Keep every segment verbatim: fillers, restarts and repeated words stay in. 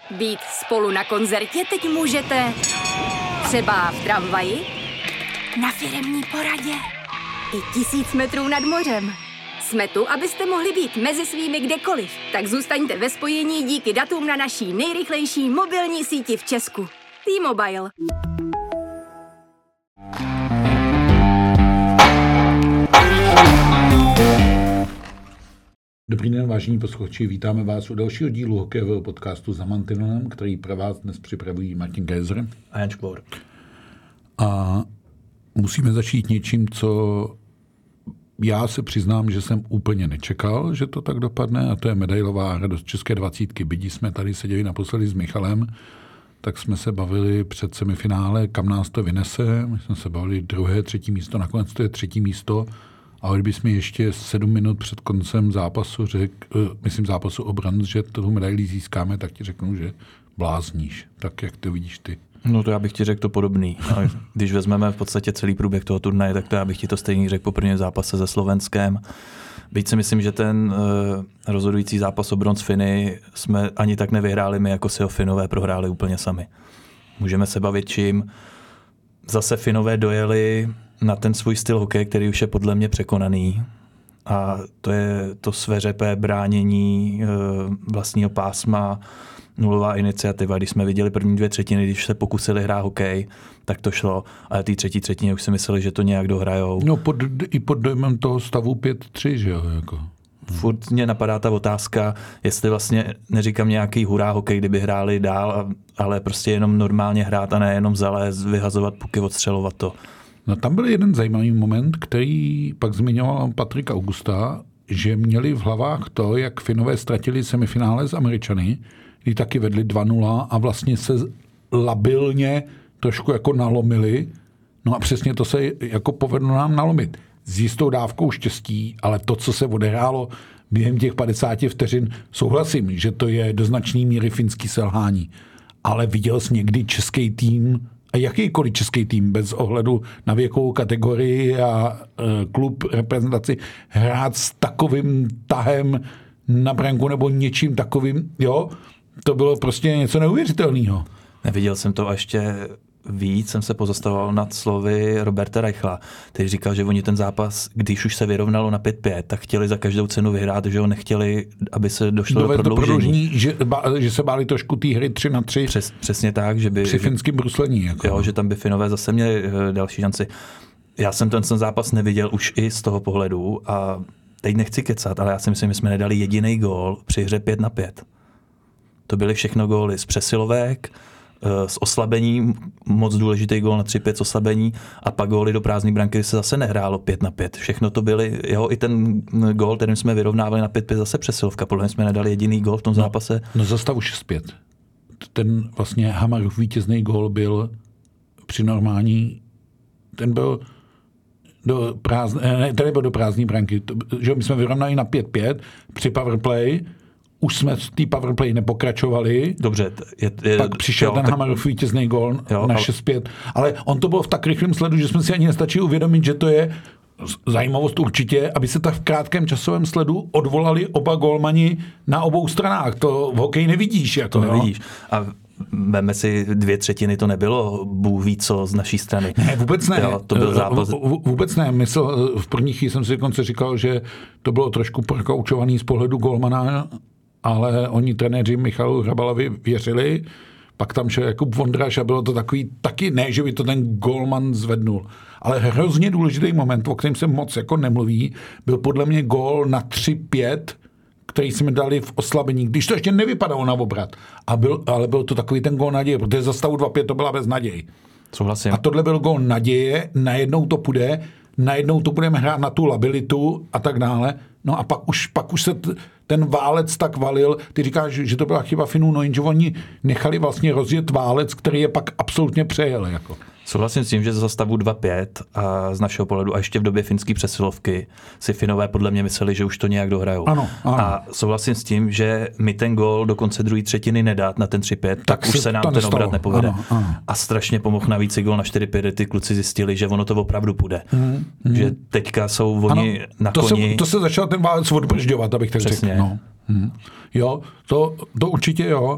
Být spolu na koncertě teď můžete třeba v tramvaji, na firemní poradě i tisíc metrů nad mořem. Jsme tu, abyste mohli být mezi svými kdekoliv. Tak zůstaňte ve spojení díky datům na naší nejrychlejší mobilní síti v Česku. T-Mobile. Dobrý den, vážení posluchači, vítáme vás u dalšího dílu hokejového podcastu Za mantinelem, který pro vás dnes připravují Martin Geiser a Jan Škvor. A musíme začít něčím, co já se přiznám, že jsem úplně nečekal, že to tak dopadne, a to je medailová radost české dvacítky. Byť jsme tady seděli naposledy s Michalem, tak jsme se bavili před semifinále, kam nás to vynese. My jsme se bavili druhé, třetí místo, nakonec to je třetí místo. A kdybychom ještě sedm minut před koncem zápasu řekl, myslím zápasu o bronz, že tu medaili získáme, tak ti řeknu, že blázníš. Tak jak to vidíš ty? No to já bych ti řekl to podobný. Ale když vezmeme v podstatě celý průběh toho turnaje, tak to já bych ti to stejně řekl po prvním zápase se Slovenskem. Byť si myslím, že ten uh, rozhodující zápas o bronz Finy jsme ani tak nevyhráli my, jako si ho Finové prohráli úplně sami. Můžeme se bavit čím. Zase Finové dojeli na ten svůj styl hokeje, který už je podle mě překonaný. A to je to sveřepé bránění e, vlastního pásma, nulová iniciativa. Když jsme viděli první dvě třetiny, když se pokusili hrát hokej, tak to šlo. Ale té třetí třetině už si mysleli, že to nějak dohrajou. No pod, i pod dojmem toho stavu pět tři, že jo? Jako. Furt mě napadá ta otázka, jestli vlastně, neříkám nějaký hurá hokej, kdyby hráli dál, ale prostě jenom normálně hrát a ne jenom zalézt, vyhazovat puky, odstřelovat to. No tam byl jeden zajímavý moment, který pak zmiňoval Patrik Augusta, že měli v hlavách to, jak Finové ztratili semifinále s Američany, kdy taky vedli dva nula a vlastně se labilně trošku jako nalomili. No a přesně to se jako povedlo nám nalomit. S jistou dávkou štěstí, ale to, co se odehrálo během těch padesáti vteřin, souhlasím, že to je do značné míry finský selhání. Ale viděl jsi někdy český tým, a jakýkoliv český tým, bez ohledu na věkovou kategorii a e, klub, reprezentaci, hrát s takovým tahem na branku nebo něčím takovým, jo, to bylo prostě něco neuvěřitelného. Neviděl jsem to a ještě víc jsem se pozastavoval nad slovy Roberta Reichla, který říkal, že oni ten zápas, když už se vyrovnalo na pět pět, tak chtěli za každou cenu vyhrát, že ho nechtěli, aby se došlo do prodloužení. Do prodloužení že, že se báli trošku té hry tři na tři. Přes, přesně tak, že by... Při finským bruslení. Jako. Jo, že tam by Finové zase měli další šanci. Já jsem ten, ten zápas neviděl už i z toho pohledu a teď nechci kecat, ale já si myslím, že jsme nedali jediný gól při hře pět na pět. To byly všechno góly z přesilovek, s oslabením, moc důležitý gól na tři pět s oslabení a pak góly do prázdné branky, kdy se zase nehrálo pět na pět. Všechno to byly, jo, i ten gól, kterým jsme vyrovnávali na pět pět, zase přesilovka. Podle mě jsme nedali jediný gól v tom no, zápase. No za stavu šest pět. Ten vlastně Hamarův vítězný gól byl při normální, ten byl do prázdné, ne, ten byl do prázdné branky. To, že my jsme vyrovnali na pět pět při powerplay, už jsme v té powerplay nepokračovali. Dobře. Je, je, pak přišel jo, ten tak, Hamarův vítězný gól na ale, šest pět. Ale on to byl v tak rychlém sledu, že jsme si ani nestačili uvědomit, že to je zajímavost určitě, aby se tak v krátkém časovém sledu odvolali oba gólmani na obou stranách. To v hokeji nevidíš. Jako, to nevidíš. A veme si dvě třetiny, to nebylo Bůh ví co z naší strany. Ne, vůbec ne. Jo, to byl zápas. V, vůbec ne. Mysl, v první chvíli jsem si dokonce říkal, že to bylo trošku prokoučovaný z pohledu gólmana, ale oni trenéři Michalu Hrabalovi věřili, pak tam šel Jakub Vondraš a bylo to takový, taky ne, že by to ten gólman zvednul. Ale hrozně důležitý moment, o kterém se moc jako nemluví, byl podle mě gól na tři pět, který jsme dali v oslabení, když to ještě nevypadalo na obrat. A byl, ale byl to takový ten gól naděje, protože za stavu dva pět to byla bez naději. Souhlasím. A tohle byl gól naděje, najednou to půjde, najednou to budeme hrát na tu labilitu a tak dále. No a pak už, pak už se t, ten válec tak valil. Ty říkáš, že to byla chyba Finů, no jenže oni nechali vlastně rozjet válec, který je pak absolutně přejel. Jako. Souhlasím s tím, že za stavu dva pět a z našeho pohledu a ještě v době finské přesilovky si Finové podle mě mysleli, že už to nějak dohrajou. Ano, ano. A souhlasím s tím, že my ten gól do konce druhé třetiny nedát na ten tři pět, tak, tak už se nám ten nestalo. Obrat nepovede. Ano, ano. A strašně pomohl navíc gól na čtyři pět, ty kluci zjistili, že ono to opravdu půjde. Hmm, hmm. Že teďka jsou oni ano, na to koni. Se, to se začal ten válec odbržďovat, abych tak Přesně. řekl. No. Hmm. Jo, to, to určitě jo.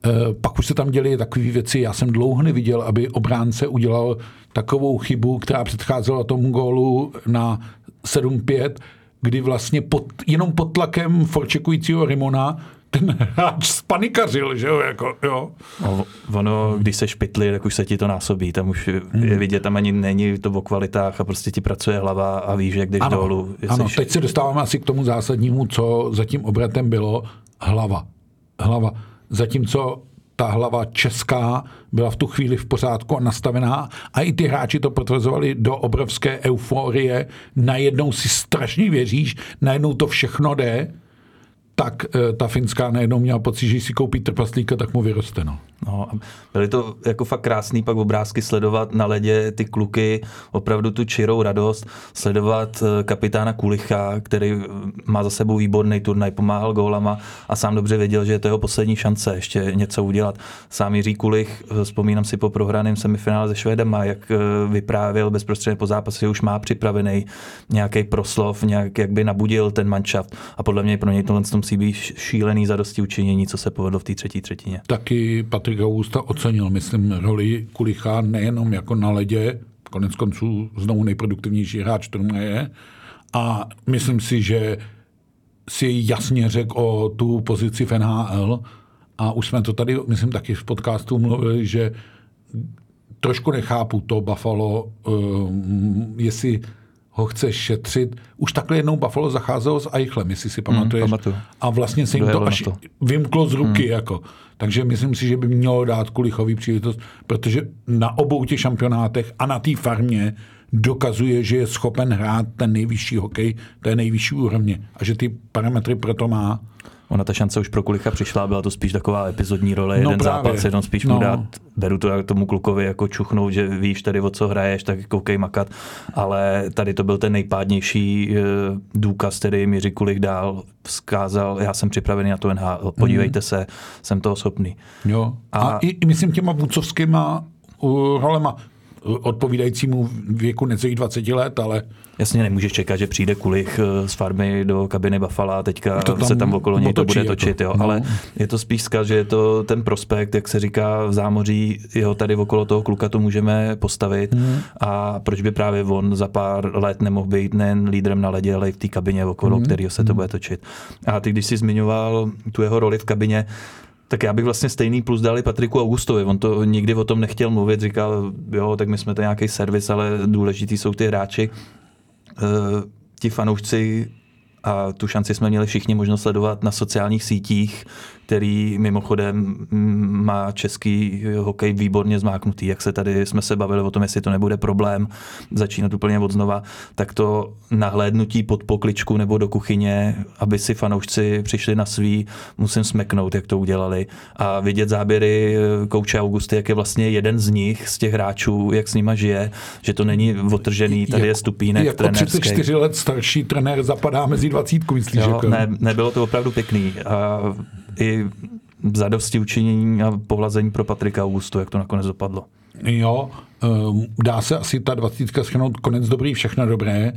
Pak už se tam děly takové věci, já jsem dlouho neviděl, aby obránce udělal takovou chybu, která předcházela tomu gólu na sedm pět, kdy vlastně pod, jenom pod tlakem forčekujícího Rimona ten hráč spanikařil, že jo, jako, jo. No, ono, když se špitli, tak už se ti to násobí, tam už hmm. je vidět, tam ani není to o kvalitách a prostě ti pracuje hlava a víš, jak jdeš ano, dolů. Ano, teď se dostáváme asi k tomu zásadnímu, co za tím obratem bylo, hlava. Hlava. Zatímco ta hlava česká byla v tu chvíli v pořádku a nastavená a i ty hráči to potvrzovali do obrovské euforie, najednou si strašně věříš, najednou to všechno jde, tak ta finská najednou měla pocit, že si koupí trpaslíka, tak mu vyroste. No. No, byly to jako fakt krásný pak obrázky sledovat na ledě ty kluky, opravdu tu čirou radost, sledovat kapitána Kulicha, který má za sebou výborný turnaj, pomáhal gólama a sám dobře věděl, že je to jeho poslední šance ještě něco udělat. Sám Jiří Kulich, vzpomínám si po prohraném semifinále se Švédama, jak vyprávěl bezprostředně po zápase, už má připravený nějaký proslov, nějak, jak by nabudil ten manšaft a podle mě pro něj tohle musí být šílený zadosti učinění, co se povedlo v té třetí třetině. Taky Patrik Augusta ocenil, myslím, roli Kulicha nejenom jako na ledě, konec konců znovu nejproduktivnější hráč turnaje a myslím si, že si jasně řekl o tu pozici v N H L a už jsme to tady, myslím, taky v podcastu mluvili, že trošku nechápu to Buffalo, um, jestli ho chce šetřit. Už takhle jednou Buffalo zacházelo s Eichlem, jestli si pamatuješ. Mm, a vlastně se jim to až to. vymklo z ruky. Mm. Jako. Takže myslím si, že by mělo dát Kulichový příležitost, protože na obou těch šampionátech a na té farmě dokazuje, že je schopen hrát ten nejvyšší hokej, té nejvyšší úrovně a že ty parametry proto má. Ona ta šance už pro Kulicha přišla, byla to spíš taková epizodní role, jeden no zápas, jenom spíš no. mu dát, beru to tomu klukovi jako čuchnout, že víš tady o co hraješ, tak koukej makat, ale tady to byl ten nejpádnější důkaz, který Jiří Kulich dál vzkázal, já jsem připravený na to N H L, podívejte mm. se, jsem toho schopný. Jo. A, a i myslím těma vůdcovskýma rolema, odpovídajícímu věku necelých dvacet let, ale... Jasně, nemůžeš čekat, že přijde Kulich z farmy do kabiny Buffalo a teďka tam se tam okolo něj to bude točit, jo. No. Ale je to spíš vzkaz, že je to ten prospekt, jak se říká v zámoří, jeho tady okolo toho kluka to můžeme postavit hmm. a proč by právě on za pár let nemohl být nejen lídrem na ledě, ale i v té kabině okolo, hmm. kterého se to bude točit. A ty, když jsi zmiňoval tu jeho roli v kabině, tak já bych vlastně stejný plus dal i Patriku Augustovi. On to nikdy o tom nechtěl mluvit, říkal, jo, tak my jsme to nějaký servis, ale důležitý jsou ty hráči. E, ti fanoušci, a tu šanci jsme měli všichni možnost sledovat na sociálních sítích, který mimochodem má český hokej výborně zmáknutý. Jak se tady jsme se bavili o tom, jestli to nebude problém začínat úplně od znova, tak to nahlédnutí pod pokličku nebo do kuchyně, aby si fanoušci přišli na svý, musím smeknout, jak to udělali. A vidět záběry kouče Augusty, jak je vlastně jeden z nich, z těch hráčů, jak s nima žije, že to není otržený, tady jak, je stupínek jako trenérský. třicet čtyři let starší trenér zapadá mezi dvacítku, myslíš? Jo, ne, nebylo to opravdu pěkný. A i zadosti učinění a pohlazení pro Patrika Augustu, jak to nakonec dopadlo. Jo, dá se asi ta dvacítka shrnout, konec dobrý, všechno dobré.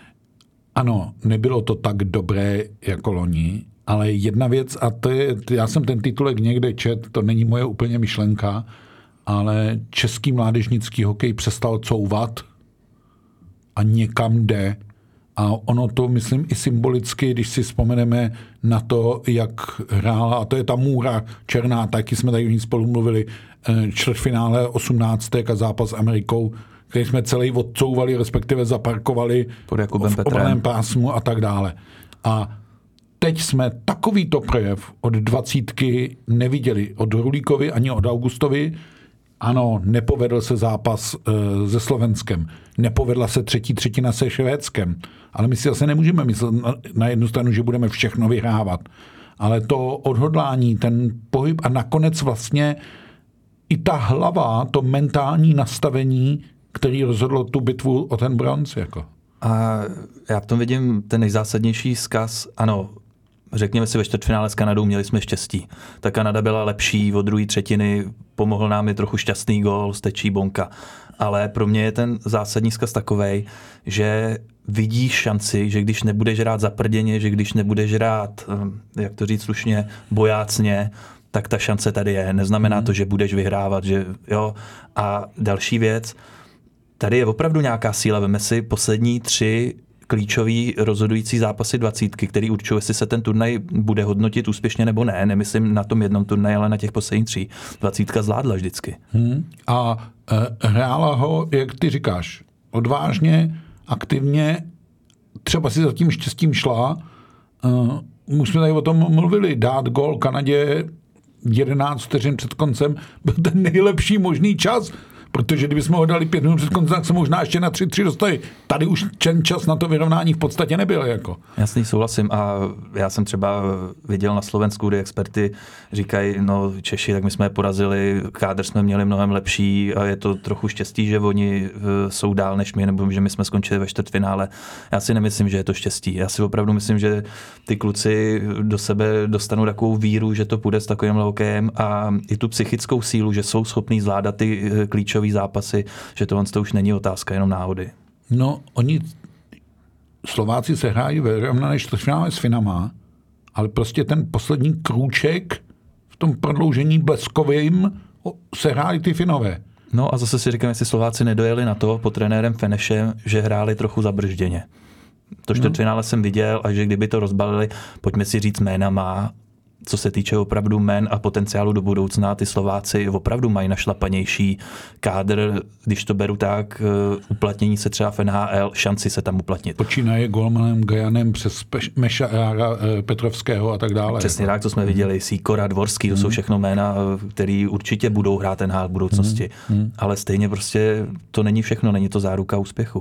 Ano, nebylo to tak dobré jako loni, ale jedna věc, a to je, já jsem ten titulek někde čet, to není moje úplně myšlenka, ale český mládežnický hokej přestal couvat a někam jde. A ono to, myslím, i symbolicky, když si vzpomeneme na to, jak hrála, a to je ta můra černá, taky jsme tady o ní spolu mluvili, čtvrtfinále osmnáctek a zápas s Amerikou, který jsme celý odcouvali, respektive zaparkovali pod Jakubem v obranném pásmu a tak dále. A teď jsme takovýto projev od dvacítky neviděli. Od Rulíkovi ani od Augustovi. Ano, nepovedl se zápas e, se Slovenskem. Nepovedla se třetí třetina se Švédskem. Ale my si zase nemůžeme myslet na, na jednu stranu, že budeme všechno vyhrávat. Ale to odhodlání, ten pohyb a nakonec vlastně i ta hlava, to mentální nastavení, který rozhodlo tu bitvu o ten bronz. Jako. A já v tom vidím ten nejzásadnější vzkaz. Ano, řekněme si, ve čtvrtfinále s Kanadou měli jsme štěstí. Ta Kanada byla lepší od druhé třetiny, pomohl nám je trochu šťastný gól, stečí Bonka. Ale pro mě je ten zásadní vzkaz takovej, že vidíš šanci, že když nebudeš hrát zaprděně, že když nebudeš hrát, jak to říct slušně, bojácně, tak ta šance tady je. Neznamená hmm. to, že budeš vyhrávat. Že, jo. A další věc, tady je opravdu nějaká síla. Veme si poslední tři klíčový rozhodující zápasy dvacítky, který určují, jestli se ten turnaj bude hodnotit úspěšně nebo ne. Nemyslím na tom jednom turnaji, ale na těch posledních tří. Dvacítka zvládla vždycky. Hmm. A e, hrála ho, jak ty říkáš, odvážně, aktivně, třeba si za tím štěstím šla. E, už jsme tady o tom mluvili, dát gól Kanadě jedenáct vteřin před koncem byl ten nejlepší možný čas, protože kdybychom ho dali pět minut před koncem, tak se možná ještě na tři tři dostali. Tady už ten čas na to vyrovnání v podstatě nebyl. Jako. Jasný, souhlasím. A já jsem třeba viděl na Slovensku, kdy experty říkají, no Češi, tak my jsme je porazili, kádr jsme měli mnohem lepší a je to trochu štěstí, že oni jsou dál než my, nebo že my jsme skončili ve čtvrtfinále. Já si nemyslím, že je to štěstí. Já si opravdu myslím, že ty kluci do sebe dostanou takovou víru, že to půjde s takovým hokejem a i tu psychickou sílu, že jsou schopní zvládat ty klíčové zápasy, že tohle to už není otázka jenom náhody. No, oni Slováci se hrají ve vyrovnané čtvrtfinále s Finama, ale prostě ten poslední krůček v tom prodloužení bleskovým se hráli ty Finové. No a zase si říkám, jestli Slováci nedojeli na to pod trenérem Fenešem, že hráli trochu zabržděně. To čtvrtfinále no. jsem viděl a že kdyby to rozbalili, pojďme si říct jménama, co se týče opravdu jmen a potenciálu do budoucna, ty Slováci opravdu mají našlapanější kádr, když to beru tak, uplatnění se třeba v N H L, šanci se tam uplatnit. Počínaje golmanem Gajanem přes Meša Petrovského a tak dále. Přesně tak, co jsme hmm. viděli, Sýkora, Dvorský, to hmm. jsou všechno jména, který určitě budou hrát N H L v budoucnosti. Hmm. Ale stejně prostě to není všechno, není to záruka úspěchu.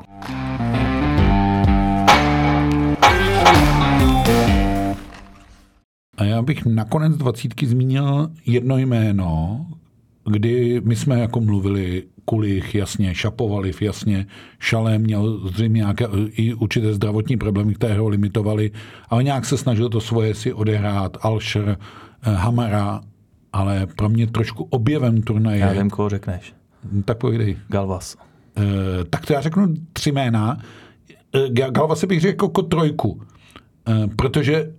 A já bych nakonec dvacítky zmínil jedno jméno, kdy my jsme jako mluvili Kulich, jasně, Šapovaliv, jasně, Šalé měl zřejmě nějaké i určité zdravotní problémy, které ho limitovaly, ale nějak se snažil to svoje si odehrát, Alšer, Hamara, ale pro mě trošku objevem turnaje. Já vím, koho řekneš. Tak povídej. Galvas. E, tak to já řeknu tři jména. E, Galvase bych řekl jako trojku, e, protože e,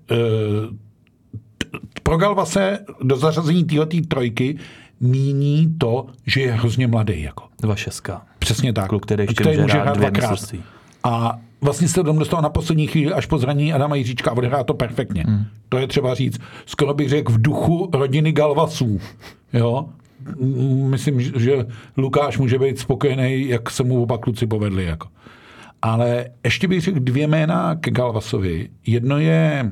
pro Galvase do zařazení této trojky míní to, že je hrozně mladý. Jako. Dva šestka. Přesně tak. Kluk, který ještě který může hrát dvakrát. A vlastně se to dostal na poslední chvíli až po zranění Adama Jiříčka a odehrál to perfektně. Hmm. To je třeba říct. Skoro bych řekl v duchu rodiny Galvasů. Jo? Myslím, že Lukáš může být spokojený, jak se mu oba kluci povedli. Jako. Ale ještě bych řekl dvě jména ke Galvasovi. Jedno je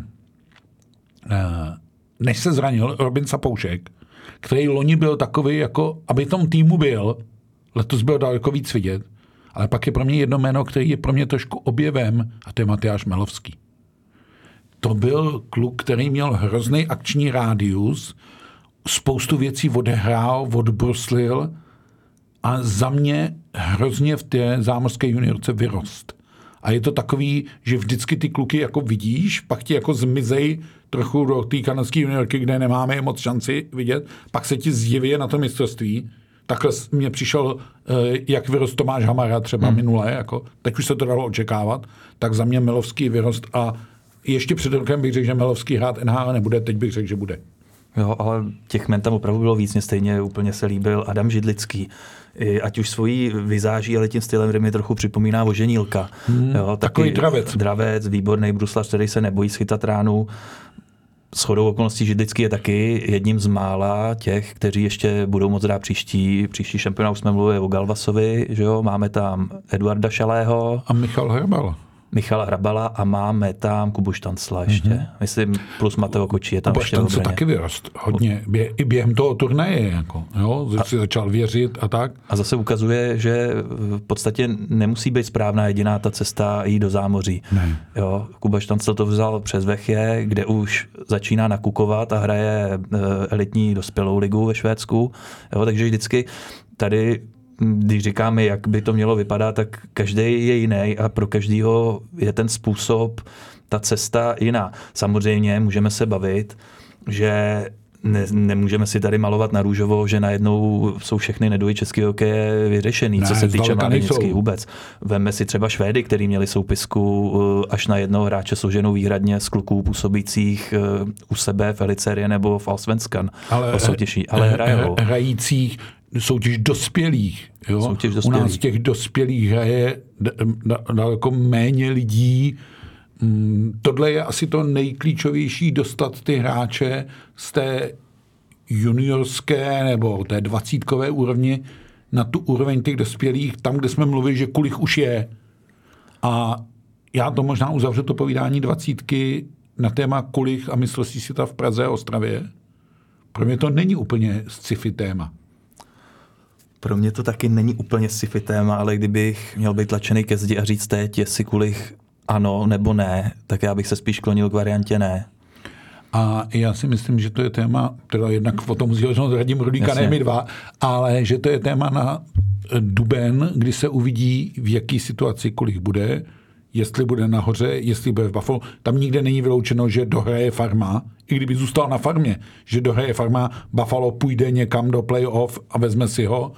než se zranil Robin Sapoušek, který loni byl takový, jako aby tom týmu byl, letos byl daleko víc vidět, ale pak je pro mě jedno jméno, který je pro mě trošku objevem, a to je Matyáš Melovský. To byl kluk, který měl hrozný akční rádius, spoustu věcí odehrál, odbruslil a za mě hrozně v té zámořské juniorce vyrost. A je to takový, že vždycky ty kluky jako vidíš, pak ti jako zmizej trochu do té kanadské juniorky, kde nemáme moc šanci vidět, pak se ti zjeví na to mistrovství. Takhle mně přišel, jak vyrost Tomáš Hamara třeba hmm. minule, jako, teď už se to dalo očekávat, tak za mě Melovský vyrost a ještě před rokem bych řekl, že Melovský hrát N H L nebude, teď bych řekl, že bude. Jo, ale těch men tam opravdu bylo víc, mě stejně úplně se líbil Adam Židlický. I ať už svojí vizáží, ale tím stylem, kde mi trochu připomíná Voženílka. Hmm, jo, takový dravec. Dravec, výborný bruslař, který se nebojí schytat ránu. Shodou okolností Židlický je taky jedním z mála těch, kteří ještě budou moc dát příští, příští šampionát. Už jsme mluvili o Galvasovi, že jo? Máme tam Eduarda Šalého. A Michal Hrabala. Michala Hrabala a máme tam Kubu Štancla ještě. Mm-hmm. Myslím, plus Mateo Kočí je tam Kuba ještě Štancl taky vyrost hodně. Bě, I během toho turnaje, jako, jo? A, si začal věřit a tak. A zase ukazuje, že v podstatě nemusí být správná jediná ta cesta jít do zámoří. Ne. Jo? Kuba Štancl to vzal přes Vechje, kde už začíná nakukovat a hraje elitní dospělou ligu ve Švédsku. Jo? Takže vždycky tady když říkáme, jak by to mělo vypadat, tak každý je jiný a pro každýho je ten způsob, ta cesta jiná. Samozřejmě můžeme se bavit, že ne, nemůžeme si tady malovat na růžovo, že najednou jsou všechny neduhy českého hokeje vyřešený, ne, co se týče mládežnických vůbec. Vemme si třeba Švédy, který měli soupisku až na jednoho hráče složenou výhradně z kluků působících u sebe v Elicerie nebo v Allsvenskan. Ale, soutěží, ale hrajou. Hrajících soutěž dospělých. Jo? Soutěž dospělých. U nás těch dospělých hraje daleko méně lidí. Tohle je asi to nejklíčovější, dostat ty hráče z té juniorské nebo té dvacítkové úrovni na tu úroveň těch dospělých, tam, kde jsme mluvili, že Kulich už je. A já to možná uzavřu to povídání dvacítky na téma Kulich a mistrovství světa v Praze a Ostravě. Pro mě to není úplně sci-fi téma. Pro mě to taky není úplně sci-fi téma, ale kdybych měl být tlačený ke zdi a říct teď, jestli Kulich ano nebo ne, tak já bych se spíš klonil k variantě ne. A já si myslím, že to je téma, teda jednak o tom musí hořnout Radim Rulíka, ne my dva, ale že to je téma na duben, kdy se uvidí, v jaký situaci Kulich bude, jestli bude nahoře, jestli bude v Buffalo. Tam nikde není vyloučeno, že dohraje Farma, i kdyby zůstal na Farmě, že dohraje Farma, Buffalo půjde někam do playoff a vezme si ho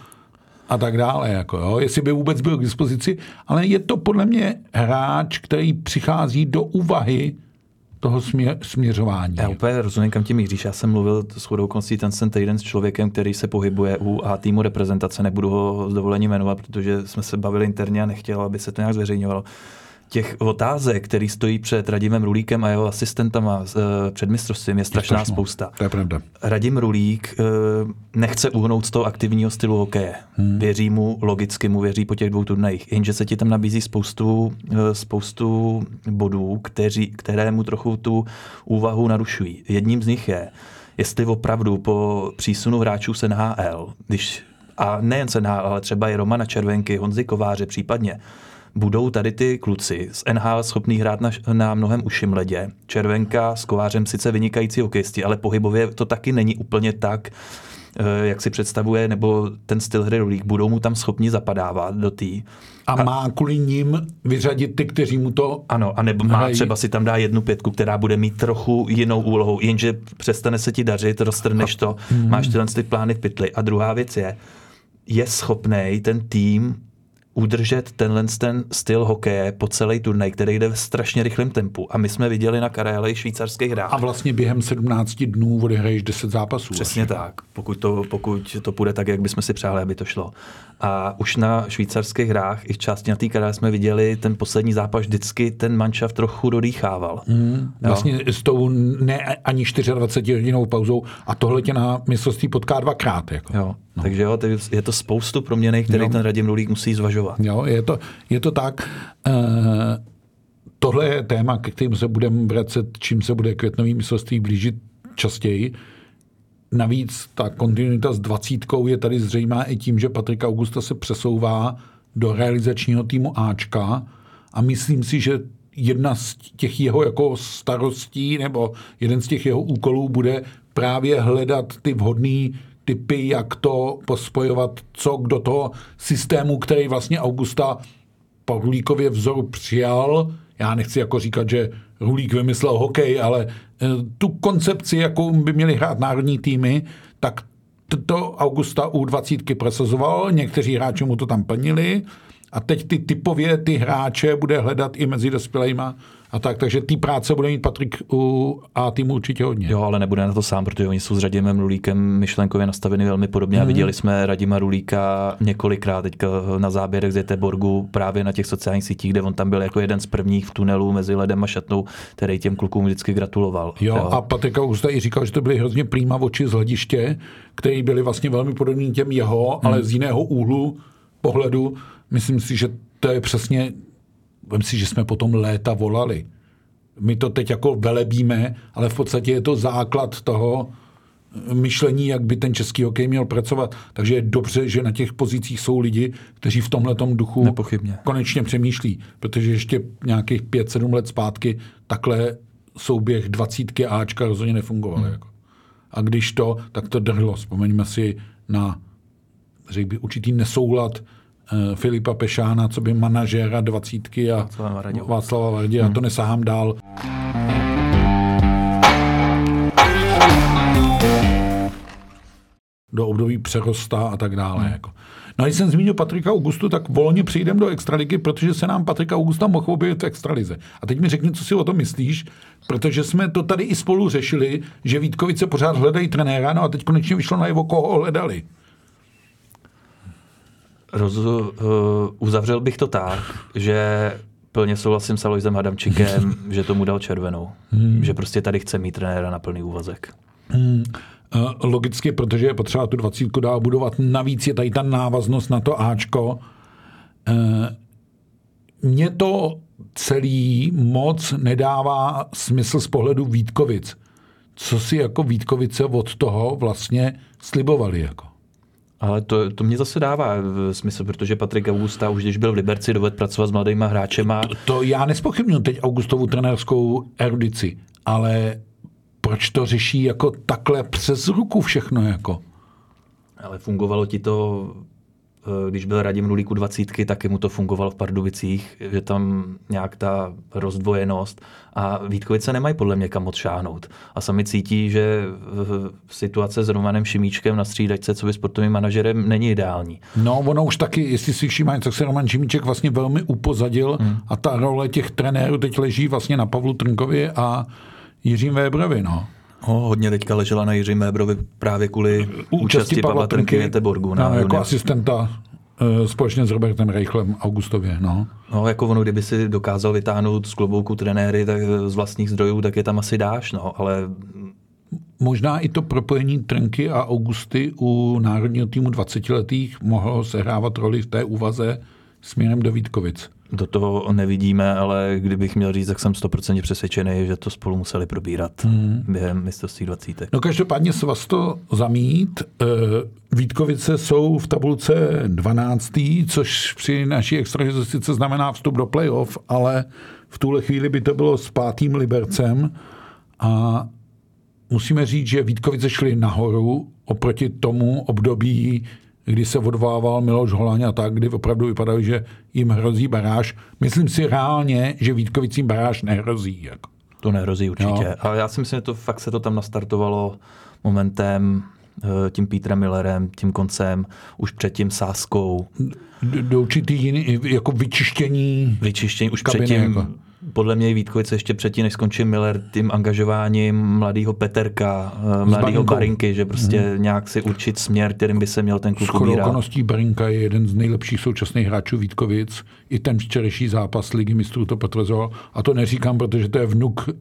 a tak dále. Jako, jo. Jestli by vůbec byl k dispozici, ale je to podle mě hráč, který přichází do úvahy toho směr, směřování. Já úplně rozumím, kam tím míříš. Já jsem mluvil s shodou okolností ten týden s člověkem, který se pohybuje u A týmu reprezentace. Nebudu ho s dovolením jmenovat, protože jsme se bavili interně a nechtěl, aby se to nějak zveřejňovalo. Těch otázek, který stojí před Radimem Rulíkem a jeho asistentama před mistrovstvím, je strašná spousta. To je pravda. Radim Rulík nechce uhnout z toho aktivního stylu hokeje. Hmm. Věří mu, logicky mu věří po těch dvou turnajích. Jenže se ti tam nabízí spoustu, spoustu bodů, kteří, které mu trochu tu úvahu narušují. Jedním z nich je, jestli opravdu po přísunu hráčů z N H L, když, a nejen z N H L, ale třeba i Romana Červenky, Honzy Kováře případně, budou tady ty kluci z N H L schopný hrát na, na mnohem užším ledě. Červenka s Kovářem sice vynikající hokejisti, ale pohybově to taky není úplně tak, jak si představuje, nebo ten styl hry Rulík. Budou mu tam schopni zapadávat do tý. A, a má kvůli ním vyřadit ty, kteří mu to ano, a nebo má hrají. Třeba si tam dá jednu pětku, která bude mít trochu jinou úlohou, jenže přestane se ti dařit, roztrhneš to, mm. máš tyhle ty plány v pytli. A druhá věc je, je schopnej ten tým udržet tenhle ten styl hokeje po celý turnaj, který jde v strašně rychlém tempu. A my jsme viděli na Karelii švýcarských hrách. A vlastně během sedmnácti dnů odehraješ deset zápasů. Přesně vlastně. Tak. Pokud to, pokud to půjde tak, jak bychom si přáli, aby to šlo. A už na švýcarských hrách i v části na té Karelii jsme viděli ten poslední zápas, vždycky ten manšaft trochu dodýchával. Mm, vlastně s tou ne ani dvacetčtyřhodinovou pauzou a tohle tě na mistrovství potká dvakrát. Jako. Jo. No. Takže jo, je to spoustu proměnej, který jo. ten Radim Rulík musí zvažovat. Jo, je to, je to tak. E, tohle je téma, ke kterým se budeme vracet, čím se bude květnový mistrovství blížit častěji. Navíc ta kontinuita s dvacítkou je tady zřejmá i tím, že Patrik Augusta se přesouvá do realizačního týmu Ačka a myslím si, že jedna z těch jeho jako starostí nebo jeden z těch jeho úkolů bude právě hledat ty vhodný typy, jak to pospojovat, co do toho systému, který vlastně Augusta po Rulíkově vzoru přijal. Já nechci jako říkat, že Rulík vymyslel hokej, ale tu koncepci, jakou by měli hrát národní týmy, tak to Augusta u dvacítky prosazoval, někteří hráči mu to tam plnili a teď ty typově ty hráče bude hledat i mezi dospělejma a tak, takže té práce bude mít Patrik u A týmu určitě hodně. Jo, ale nebude na to sám, protože oni jsou s Radimem Rulíkem myšlenkově nastaveny velmi podobně mm. a viděli jsme Radima Rulíka několikrát teďka na záběrech z Göteborgu právě na těch sociálních sítích, kde on tam byl jako jeden z prvních v tunelu mezi ledem a šatnou, který těm klukům vždycky gratuloval. Jo, jo. A Patrik Augusta i říkal, že to byly hrozně prýma oči z hlediště, které byly vlastně velmi podobný těm jeho, mm. ale z jiného úhlu pohledu. Myslím si, že to je přesně, vem si, že jsme potom léta volali. My to teď jako velebíme, ale v podstatě je to základ toho myšlení, jak by ten český hokej měl pracovat. Takže je dobře, že na těch pozicích jsou lidi, kteří v tomhletom duchu Nepochybně. konečně přemýšlí. Protože ještě nějakých pět, sedm let zpátky takhle souběh dvacítky Ačka rozhodně nefungoval. Hmm. Jako. A když to, tak to drhlo. Vzpomeňme si na, řekl bych, určitý nesoulad Filipa Pešána, co by manažéra dvacítky a Václava Vardě. Hmm. A to nesahám dál. do období přerosta a tak dále. Hmm. Jako. No a když jsem zmínil Patrika Augustu, tak volně přijdem do extraligy, protože se nám Patrika Augusta mohl objevit v extralize. A teď mi řekni, co si o tom myslíš, protože jsme to tady i spolu řešili, že Vítkovice pořád hledají trenéra, no a teď konečně vyšlo najevo, koho hledali. Rozu, uh, uzavřel bych to tak, že plně souhlasím s Alojzem Adamčíkem, že tomu dal červenou. Hmm. Že prostě tady chce mít trenéra na plný úvazek. Hmm. Uh, logicky, protože je potřeba tu dvacítku dál budovat. Navíc je tady ta návaznost na to Ačko. Uh, mně to celý moc nedává smysl z pohledu Vítkovic. Co si jako Vítkovice od toho vlastně slibovali jako? Ale to, to mě zase dává smysl, protože Patrik Augusta už když byl v Liberci, dovedl pracovat s mladýma hráčema. To, to já nespochybnuju teď Augustovu trenérskou erudici, ale proč to řeší jako takhle přes ruku všechno jako? Ale fungovalo ti to, když byl Radim Rulík u dvacítky, taky mu to fungovalo v Pardubicích, že tam nějak ta rozdvojenost a Vítkovice nemají podle mě kam moc šáhnout. A sami cítí, že situace s Romanem Šimíčkem na střídačce, co by sportovním manažerem, není ideální. No, ono už taky, jestli si všímají, tak se Roman Šimíček vlastně velmi upozadil hmm. a ta role těch trenérů teď leží vlastně na Pavlu Trnkovi a Jiřím Vébrovi, no. No, hodně teďka ležela na Jiřím Vébrovi právě kvůli účasti Pavla Trnky v Göteborgu. No, jako asistenta e, společně s Robertem Reichlem Augustově, no. No, jako ono, kdyby si dokázal vytáhnout z klobouku trenéry tak z vlastních zdrojů, tak je tam asi dáš, no, ale... Možná i to propojení Trnky a Augusty u národního týmu dvacetiletých mohlo sehrávat roli v té úvaze směrem do Vítkovic. Do toho nevidíme, ale kdybych měl říct, tak jsem sto procent přesvědčený, že to spolu museli probírat hmm. během mistrovství dvacítek. No každopádně se vás to zamít. Vítkovice jsou v tabulce dvanáctý, což při naší extralize sice znamená vstup do playoff, ale v tuhle chvíli by to bylo s pátým Libercem a musíme říct, že Vítkovice šly nahoru oproti tomu období, kdy se odvolával Miloš Holaň a tak, kdy opravdu vypadalo, že jim hrozí baráž. Myslím si reálně, že Vítkovicím baráž nehrozí. Jako. To nehrozí určitě. Jo. Ale já si myslím, že to fakt se to tam nastartovalo momentem, tím Petrem Millerem, tím koncem, už před tím sázkou. Do, do určitý jiný, jako vyčištění. Vyčištění už předtím. Jako. Podle mě Vítkovice ještě předtím, než skončil Miller, tím angažováním mladého Peterka, mladého Barinky, že prostě hmm. nějak si určit směr, kterým by se měl ten klub ubírat. Shodou okolností Barinka je jeden z nejlepších současných hráčů Vítkovic. I ten včerejší zápas Ligy mistrů to potvrzoval. A to neříkám, protože to je vnuk uh,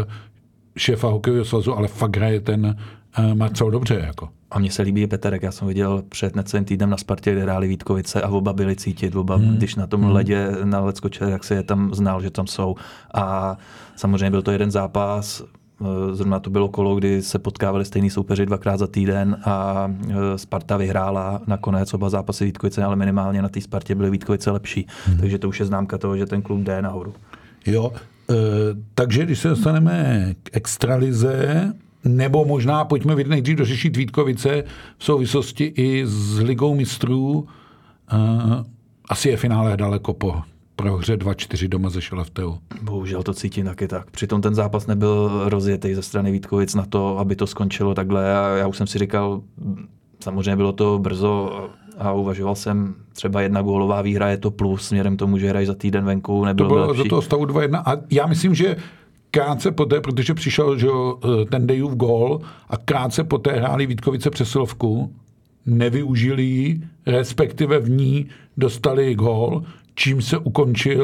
šéfa hokejového svazu, ale fakt hraje ten uh, Marcel dobře. Jako. A mně se líbí Peterek. Já jsem viděl před necelým týdnem na Spartě, kde hráli Vítkovice a oba byli cítit. Oba, hmm. když na tom hmm. ledě na led skočili, jak se je tam znal, že tam jsou. A samozřejmě byl to jeden zápas. Zrovna to bylo kolo, kdy se potkávali stejný soupeři dvakrát za týden a Sparta vyhrála nakonec oba zápasy Vítkovice, ale minimálně na té Spartě byly Vítkovice lepší. Hmm. Takže to už je známka toho, že ten klub jde nahoru. Jo, e, takže když se dostaneme k extralize, nebo možná pojďme nejdřív dořešit Vítkovice v souvislosti i s Ligou mistrů. Uh, asi je finále daleko po prohře dva čtyři doma ze Šelefteu. Bohužel to cítím taky tak. Přitom ten zápas nebyl rozjetý ze strany Vítkovic na to, aby to skončilo takhle. A já už jsem si říkal, samozřejmě bylo to brzo a uvažoval jsem, třeba jedna gólová výhra je to plus směrem tomu, že hraješ za týden venku. Nebylo to bylo lepší. do toho stavu dva jedna a já myslím, že krátce poté, protože přišel že, ten Dejův gól a krátce poté hráli Vítkovice přesilovku, nevyužili ji, respektive v ní dostali gól, čím se ukončil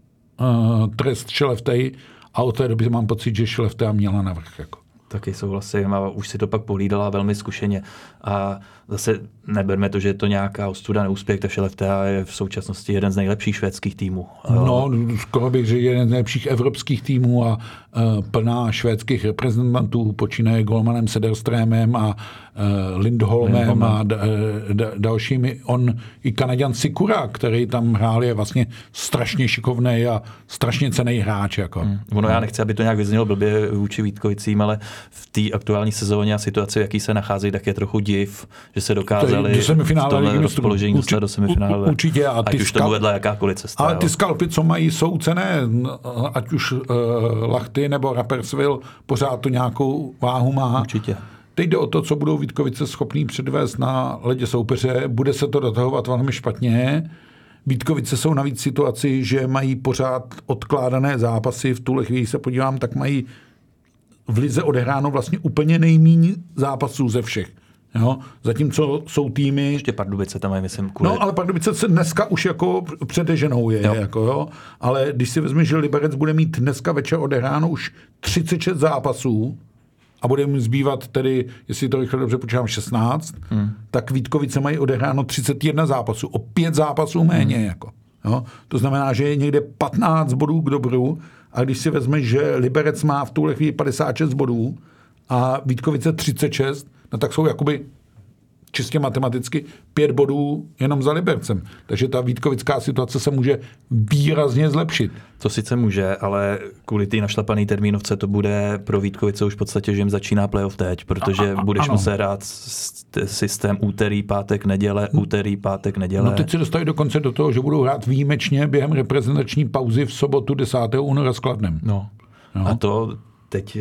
uh, trest Šeleftej a od té doby mám pocit, že Šeleftea měla navrch. Jako. Taky souhlasím a už si to pak pohlídala velmi zkušeně. A zase neberme to, že je to nějaká ostuda, neúspěch, ta Šeleftea je v současnosti jeden z nejlepších švédských týmů. No, skoro bych řekl, jeden z nejlepších evropských týmů a uh, plná švédských reprezentantů, počínaje golmanem Sederströmem a uh, Lindholmem, Lindholmem a d- d- dalšími. On i Kanaďan Sikura, který tam hrál, je vlastně strašně šikovnej a strašně cenný hráč. Jako. Hmm. Ono, já nechci, aby to nějak vyznělo blbě vůči Vítkovicím, ale v té aktuální sezóně a situaci, v jaký se nachází, tak je trochu div, že se dokázali v tomhle rozpoložení dostat do semifinále. Určitě. A ať už tomu vedla jakákoliv cesta. Ale ty skalpy, co mají, jsou cenné, ať už uh, Lahty nebo Rapperswil, pořád to nějakou váhu má. Určitě. Teď jde o to, co budou Vítkovice schopní předvést na ledě soupeře. Bude se to dotahovat velmi špatně. Vítkovice jsou navíc v situaci, že mají pořád odkládané zápasy. V tuhle chvíli se podívám, tak mají v lize odehráno vlastně úplně nejméně zápasů ze všech. Jo? Zatímco jsou týmy... Ještě Pardubice tam mají, myslím, kvůli... No, ale Pardubice se dneska už jako předeženou je. Jo. Jako, jo? Ale když si vezmeš, že Liberec bude mít dneska večer odehráno už třicet šest zápasů a bude jim zbývat tedy, jestli to rychle dobře počítám, šestnáct, hmm. tak Vítkovice mají odehráno třicet jedna zápasů. O pět zápasů méně. Hmm. Jako, jo? To znamená, že je někde patnáct bodů k dobru a když si vezmeš, že Liberec má v tuhle chvíli padesát šest bodů a Vítkovice třicet šest, no tak jsou jakoby čistě matematicky pět bodů jenom za Libercem. Takže ta vítkovická situace se může výrazně zlepšit. To sice může, ale kvůli té našlapané termínovce to bude pro Vítkovice už v podstatě, že jim začíná playoff teď, protože a, a, budeš ano. muset hrát systém úterý, pátek, neděle, úterý, pátek, neděle. No teď se dostali dokonce do toho, že budou hrát výjimečně během reprezentační pauzy v sobotu desátého února s Kladnem. No. no. A to teď...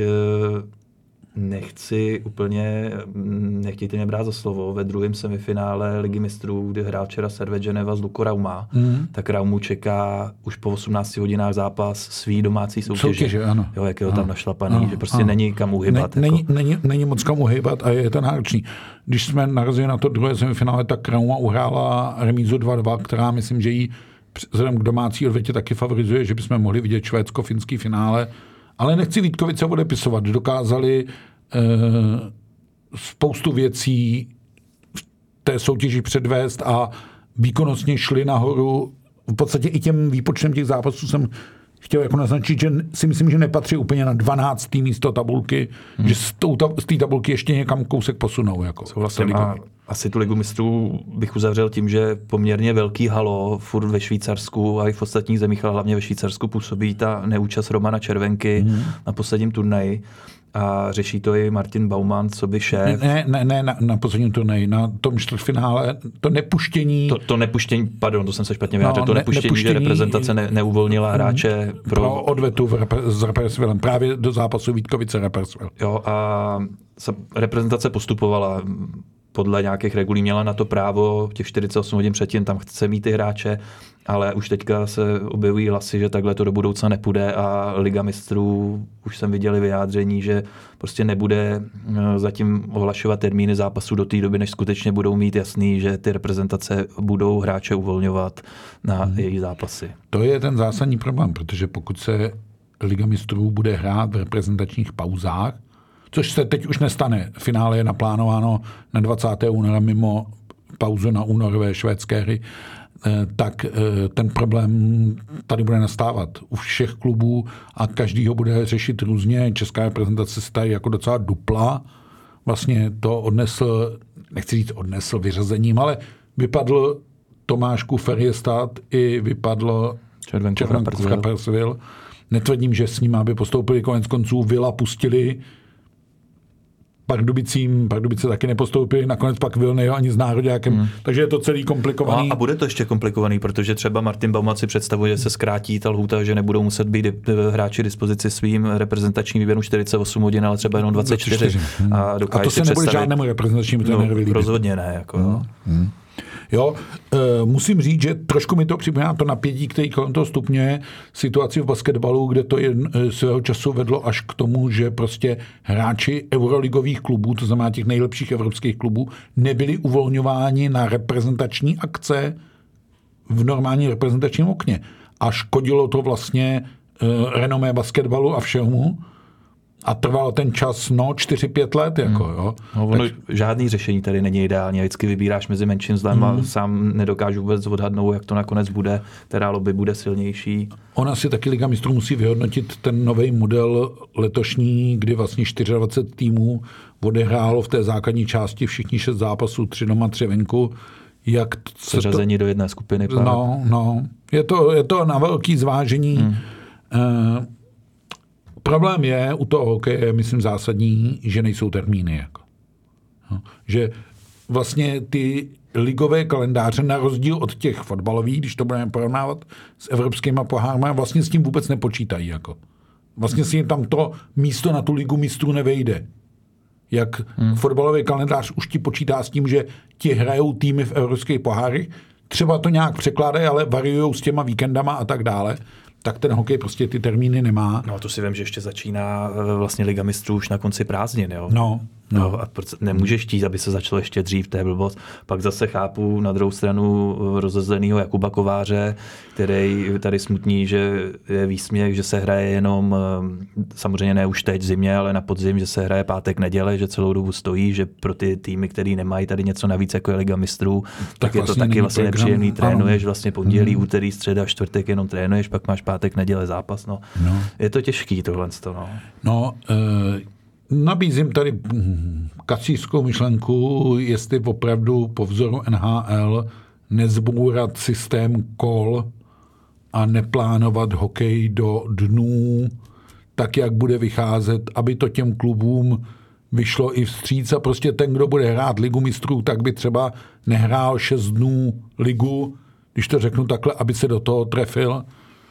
Nechci úplně, nechtějte mě brát za slovo, ve druhém semifinále Ligy mistrů, kdy hrál včera Servette Geneva z Luko Rauma, mm. tak Raumu čeká už po osmnácti hodinách zápas svý domácí soutěže. Soutěže, ano. Jo, jak je ho tam našlapaný, ano, že prostě ano. není kam uhybat. Ne, jako. není, není, není moc kam uhybat a je to náročný. Když jsme narazili na to druhé semifinále, tak Rauma uhrála remízu dva dva, která myslím, že jí vzhledem k domácí odvětě taky favorizuje, že bychom mohli vidět švédsko-finský finále. Ale nechci Vítkovice odepisovat. Dokázali e, spoustu věcí v té soutěži předvést a výkonnostně šli nahoru. V podstatě i těm výpočtem těch zápasů jsem chtěl jako naznačit, že si myslím, že nepatří úplně na dvanácté místo tabulky, hmm. že z té tabulky ještě někam kousek posunou. Jako Souhlasím a asi tu Ligu mistrů bych uzavřel tím, že poměrně velký halo furt ve Švýcarsku a i v ostatních zemích, ale hlavně ve Švýcarsku působí ta neúčast Romana Červenky hmm. na posledním turnaji. A řeší to i Martin Baumann, co by šéf. Ne, ne, ne na, na posledním turnaji, na tom čtvrtfinále, to nepuštění... To, to nepuštění, pardon, to jsem se špatně vyjádřil, no, to nepuštění, nepuštění, že reprezentace ne, neuvolnila hráče pro... pro odvetu v rep, s Rapperswillem, právě do zápasu Vítkovice Rapperswil. Jo, a reprezentace postupovala podle nějakých regulí, měla na to právo těch čtyřicet osm hodin předtím, tam chce mít ty hráče, ale už teďka se objevují hlasy, že takhle to do budoucna nepůjde a Liga mistrů, už jsem viděli vyjádření, že prostě nebude zatím ohlašovat termíny zápasů do té doby, než skutečně budou mít jasný, že ty reprezentace budou hráče uvolňovat na hmm. její zápasy. To je ten zásadní problém, protože pokud se Liga mistrů bude hrát v reprezentačních pauzách, což se teď už nestane. Finále je naplánováno na dvacátého února mimo pauzu na únorové švédské hry, tak ten problém tady bude nastávat u všech klubů a každý ho bude řešit různě. Česká reprezentace se tady jako docela dupla. Vlastně to odnesl, nechci říct odnesl vyřazením, ale vypadl Tomášku Ferjestad i vypadl Červenkův Rapperswil. Netvrdím, že s ním aby postoupili, konec konců Vila pustili Pardubicím, Pardubice taky nepostoupili, nakonec pak Vilnej ani s nároďákem, hmm. takže je to celý komplikovaný. A, a bude to ještě komplikovaný, protože třeba Martin Baumann si představuje, že se zkrátí ta lhůta, že nebudou muset být hráči dispozici svým reprezentačním výběru čtyřicet osm hodin, ale třeba jenom dvacet čtyři. dvacet čtyři. Hmm. A, a to se nebude žádnému reprezentačnímu trenérovi líbit. Rozhodně ne. Jako, hmm. Hmm. Jo, e, musím říct, že trošku mi to připomíná to napětí, který kolem toho stupňuje situaci v basketbalu, kde to je, e, svého času vedlo až k tomu, že prostě hráči euroligových klubů, to znamená těch nejlepších evropských klubů, nebyli uvolňováni na reprezentační akce v normálním reprezentačním okně. A škodilo to vlastně e, renomé basketbalu a všemu. A trval ten čas, no, čtyři pět let, jako, hmm. jo. No, ono, tak... Žádný řešení tady není ideální. Vždycky vybíráš mezi menším zlem hmm. a sám nedokážu vůbec odhadnout, jak to nakonec bude, která lobby bude silnější. Ona si taky Liga mistrů musí vyhodnotit ten nový model letošní, kdy vlastně dvacet čtyři týmů odehrálo v té základní části všichni šest zápasů, tři doma, tři venku. Jak seřazení to... do jedné skupiny. Pár. No, no. Je to, je to na velký zvážení. Hmm. Uh, Problém je, u toho hokeje je, myslím, zásadní, že nejsou termíny. Jako. No, že vlastně ty ligové kalendáře, na rozdíl od těch fotbalových, když to budeme porovnávat s evropskýma pohárama, vlastně s tím vůbec nepočítají. Jako. Vlastně si jim tam to místo na tu ligu mistrů nevejde. Jak hmm. fotbalový kalendář už ti počítá s tím, že ti hrajou týmy v evropských pohárech, třeba to nějak překládají, ale variujou s těma víkendama a tak dále, tak ten hokej prostě ty termíny nemá. No to si vím, že ještě začíná vlastně Liga mistrů už na konci prázdnin, jo. No. No. No, a nemůžeš chtít, aby se začalo ještě dřív, to je blbost. Pak zase chápu na druhou stranu rozezlenýho Jakuba Kováře, který tady smutní, že je výsměch, že se hraje jenom, samozřejmě ne už teď v zimě, ale na podzim, že se hraje pátek, neděle, že celou dobu stojí, že pro ty týmy, který nemají tady něco navíc, jako je Liga mistrů, tak, tak je vlastně to taky vlastně nepříjemný. Trénuješ vlastně pondělí, hmm. úterý, středa, čtvrtek jenom trénuješ, pak máš pátek, neděle zápas. No. No. Je to těžký tohle. No, no uh... Nabízím tady kacířskou myšlenku, jestli opravdu po vzoru N H L nezbourat systém kol a neplánovat hokej do dnů, tak jak bude vycházet, aby to těm klubům vyšlo i vstříc a prostě ten, kdo bude hrát Ligu mistrů, tak by třeba nehrál šest dnů ligu, když to řeknu takhle, aby se do toho trefil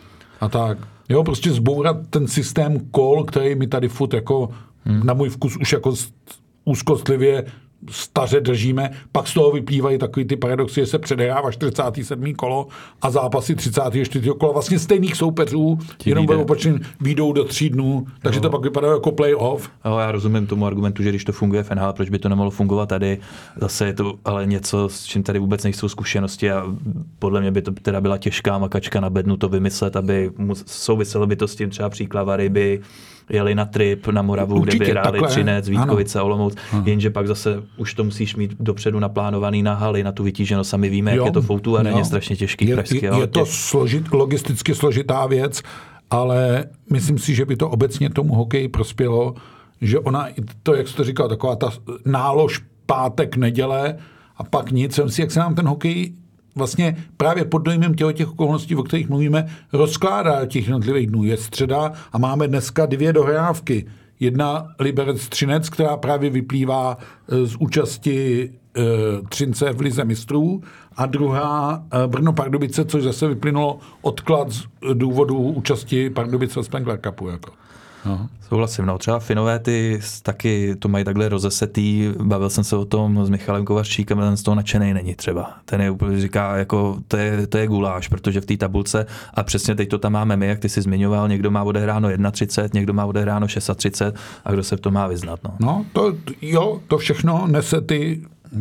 a tak. Jo, prostě zbourat ten systém kol, který mi tady furt jako Hmm. na můj vkus už jako úzkostlivě staře držíme, pak z toho vyplývají takový ty paradoxy, že se předehrává čtyřicáté sedmé kolo a zápasy třicátého čtvrtého kola vlastně stejných soupeřů, Ti jenom opačně výjdou do tří dnů, takže jo. to pak vypadá jako play-off. Jo, já rozumím tomu argumentu, že když to funguje v N H L, proč by to nemohlo fungovat tady, zase je to ale něco, s čím tady vůbec nejsou zkušenosti a podle mě by to teda byla těžká makačka na bednu to vymyslet, aby souviselo by to s tím třeba Příklava by jeli na trip na Moravu, určitě, kde by hráli Třinec, Vítkovice, Olomouc, jenže pak zase už to musíš mít dopředu naplánovaný na haly, na tu vytíženost. Sami víme, jo, jak je to v O dva aréně, strašně těžký. Je, pražský, je, je to složit, logisticky složitá věc, ale myslím si, že by to obecně tomu hokeji prospělo, že ona, to, jak jsi to říkal, taková ta nálož pátek, neděle a pak nic. Myslím si, jak se nám ten hokej vlastně právě pod dojmem těch, těch okolností, o kterých mluvíme, rozkládá těch jednotlivých dnů. Je středa a máme dneska dvě dohrávky. Jedna Liberec Třinec, která právě vyplývá z účasti e, Třince v Lize mistrů a druhá e, Brno Pardubice, což zase vyplynulo odklad z důvodu účasti Pardubice v Spengler Cupu. Jako. No. Souhlasím, no třeba Finové ty taky to mají takhle rozesetý, bavil jsem se o tom s Michalem Kovařčíkem, ten z toho nadšenej není třeba. Ten je úplně říká, jako to je, to je guláš, protože v té tabulce, a přesně teď to tam máme my, jak ty jsi zmiňoval, někdo má odehráno třicet jedna, někdo má odehráno třicet šest a kdo se v tom má vyznat. No, no to, jo, to všechno nese ty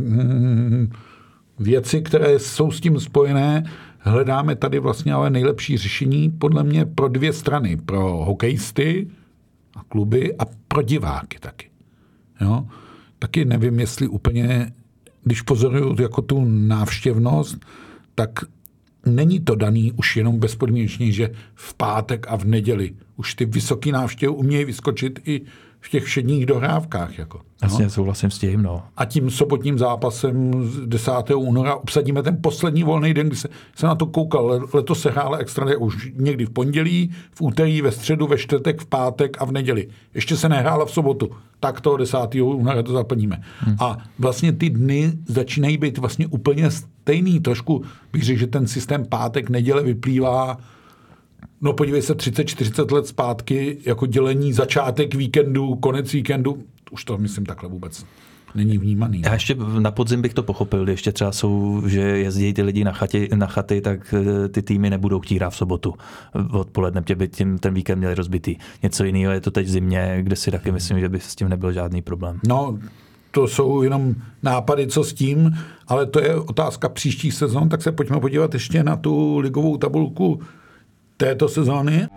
mm, věci, které jsou s tím spojené. Hledáme tady vlastně ale nejlepší řešení podle mě pro dvě strany, pro hokejisty a kluby a pro diváky taky. Jo? Taky nevím, jestli úplně, když pozoruju jako tu návštěvnost, tak není to daný už jenom bezpodmínečně, že v pátek a v neděli už ty vysoký návštěvy umějí vyskočit i v těch všedních dohrávkách. Jako. Jasně, no. Souhlasím s tím, no. A tím sobotním zápasem z desátého února obsadíme ten poslední volný den, kdy se, se na to koukal. Letos se hrála extra už někdy v pondělí, v úterý, ve středu, ve čtvrtek, v pátek a v neděli. Ještě se nehrála v sobotu. Tak toho desátého února to zaplníme. Hmm. A vlastně ty dny začínají být vlastně úplně stejný. Trošku bych řekl, že ten systém pátek, neděle vyplývá. No podívej se, třicet čtyřicet let zpátky jako dělení začátek víkendu, konec víkendu, už to myslím takhle vůbec není vnímaný. Já ještě na podzim bych to pochopil, když ještě třeba jsou, že jezdí ty lidi na, chati, na chaty, tak ty týmy nebudou chtít hrát v sobotu. Odpoledne tě by tím ten víkend měli rozbitý. Něco jiného je to teď v zimě, kde si taky myslím, že by s tím nebyl žádný problém. No, to jsou jenom nápady, co s tím, ale to je otázka příští sezon, tak se pojďme podívat ještě na tu ligovou tabulku této sezóny.